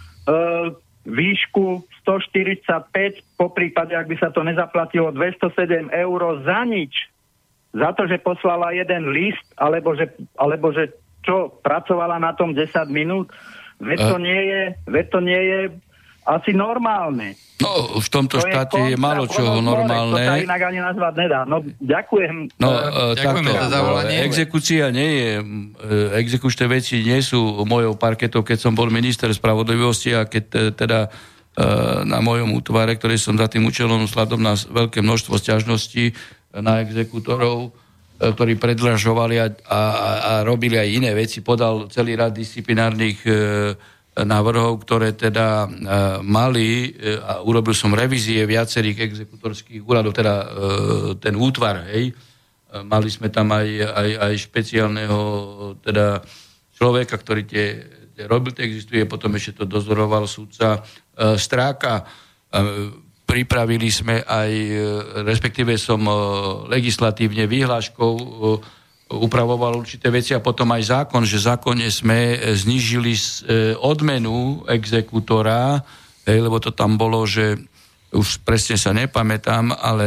výšku 145, po prípade, ak by sa to nezaplatilo, 207 eur za nič. Za to, že poslala jeden list, alebo že čo, pracovala na tom 10 minút, veď to nie je asi normálne. No, v tomto štáte je málo čoho normálne. To sa inak ani nazvať nedá. No, ďakujem. Ďakujeme za zavolanie. Exekúcia nie je, exekučné veci nie sú mojou parketou. Keď som bol minister spravodlivosti a keď teda na mojom útvare, ktorý som za tým účelom sladom na veľké množstvo sťažností na exekútorov, ktorí predlažovali a robili aj iné veci, podal celý rad disciplinárnych návrhov, ktoré teda mali, a urobil som revízie viacerých exekutorských úradov, teda ten útvar, hej. Mali sme tam aj špeciálneho teda človeka, ktorý tie robil, existuje, potom ešte to dozoroval sudca Stráka. Pripravili sme aj, respektíve som legislatívne vyhláškou upravoval určité veci a potom aj zákon, že zákonne sme znížili odmenu exekútora, lebo to tam bolo, že už presne sa nepamätám, ale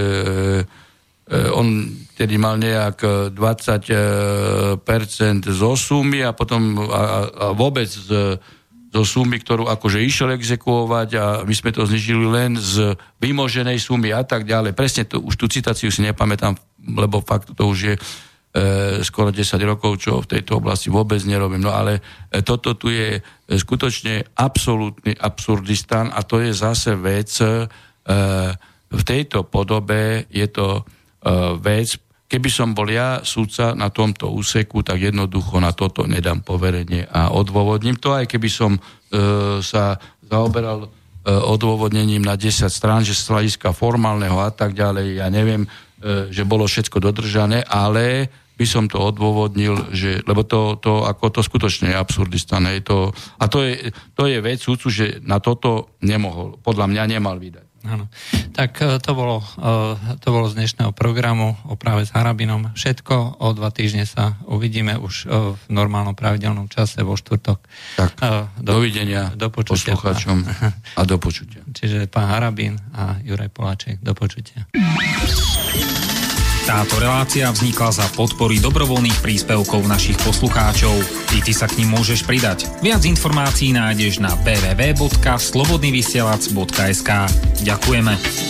on tedy mal nejak 20% zo sumy a potom a vôbec zo sumy, ktorú akože išiel exekuovať a my sme to znížili len z vymoženej sumy a tak ďalej. Presne už tú citáciu si nepamätám, lebo fakt to už je skoro 10 rokov, čo v tejto oblasti vôbec nerobím. No ale toto tu je skutočne absolútny absurdistán a to je zase vec, v tejto podobe je to vec, keby som bol ja sudca na tomto úseku, tak jednoducho na toto nedám poverenie a odôvodním to, aj keby som sa zaoberal odôvodnením na 10 strán, že z hľadiska formálneho a tak ďalej, ja neviem, že bolo všetko dodržané, ale by som to odôvodnil, že, lebo to skutočne je absurdistané. A to je vec sudcu, že na toto nemohol, podľa mňa nemal vydať. Áno. Tak to bolo z dnešného programu o práve s Harabinom. Všetko, o 2 týždne sa uvidíme už v normálnom pravidelnom čase vo štvrtok. Tak, dovidenia do počutia, poslucháčom a do počutia. Čiže pán Harabin a Juraj Poláček, do počutia. Táto relácia vznikla za podpory dobrovoľných príspevkov našich poslucháčov. I ty sa k nim môžeš pridať. Viac informácií nájdeš na www.slobodnyvysielac.sk. Ďakujeme.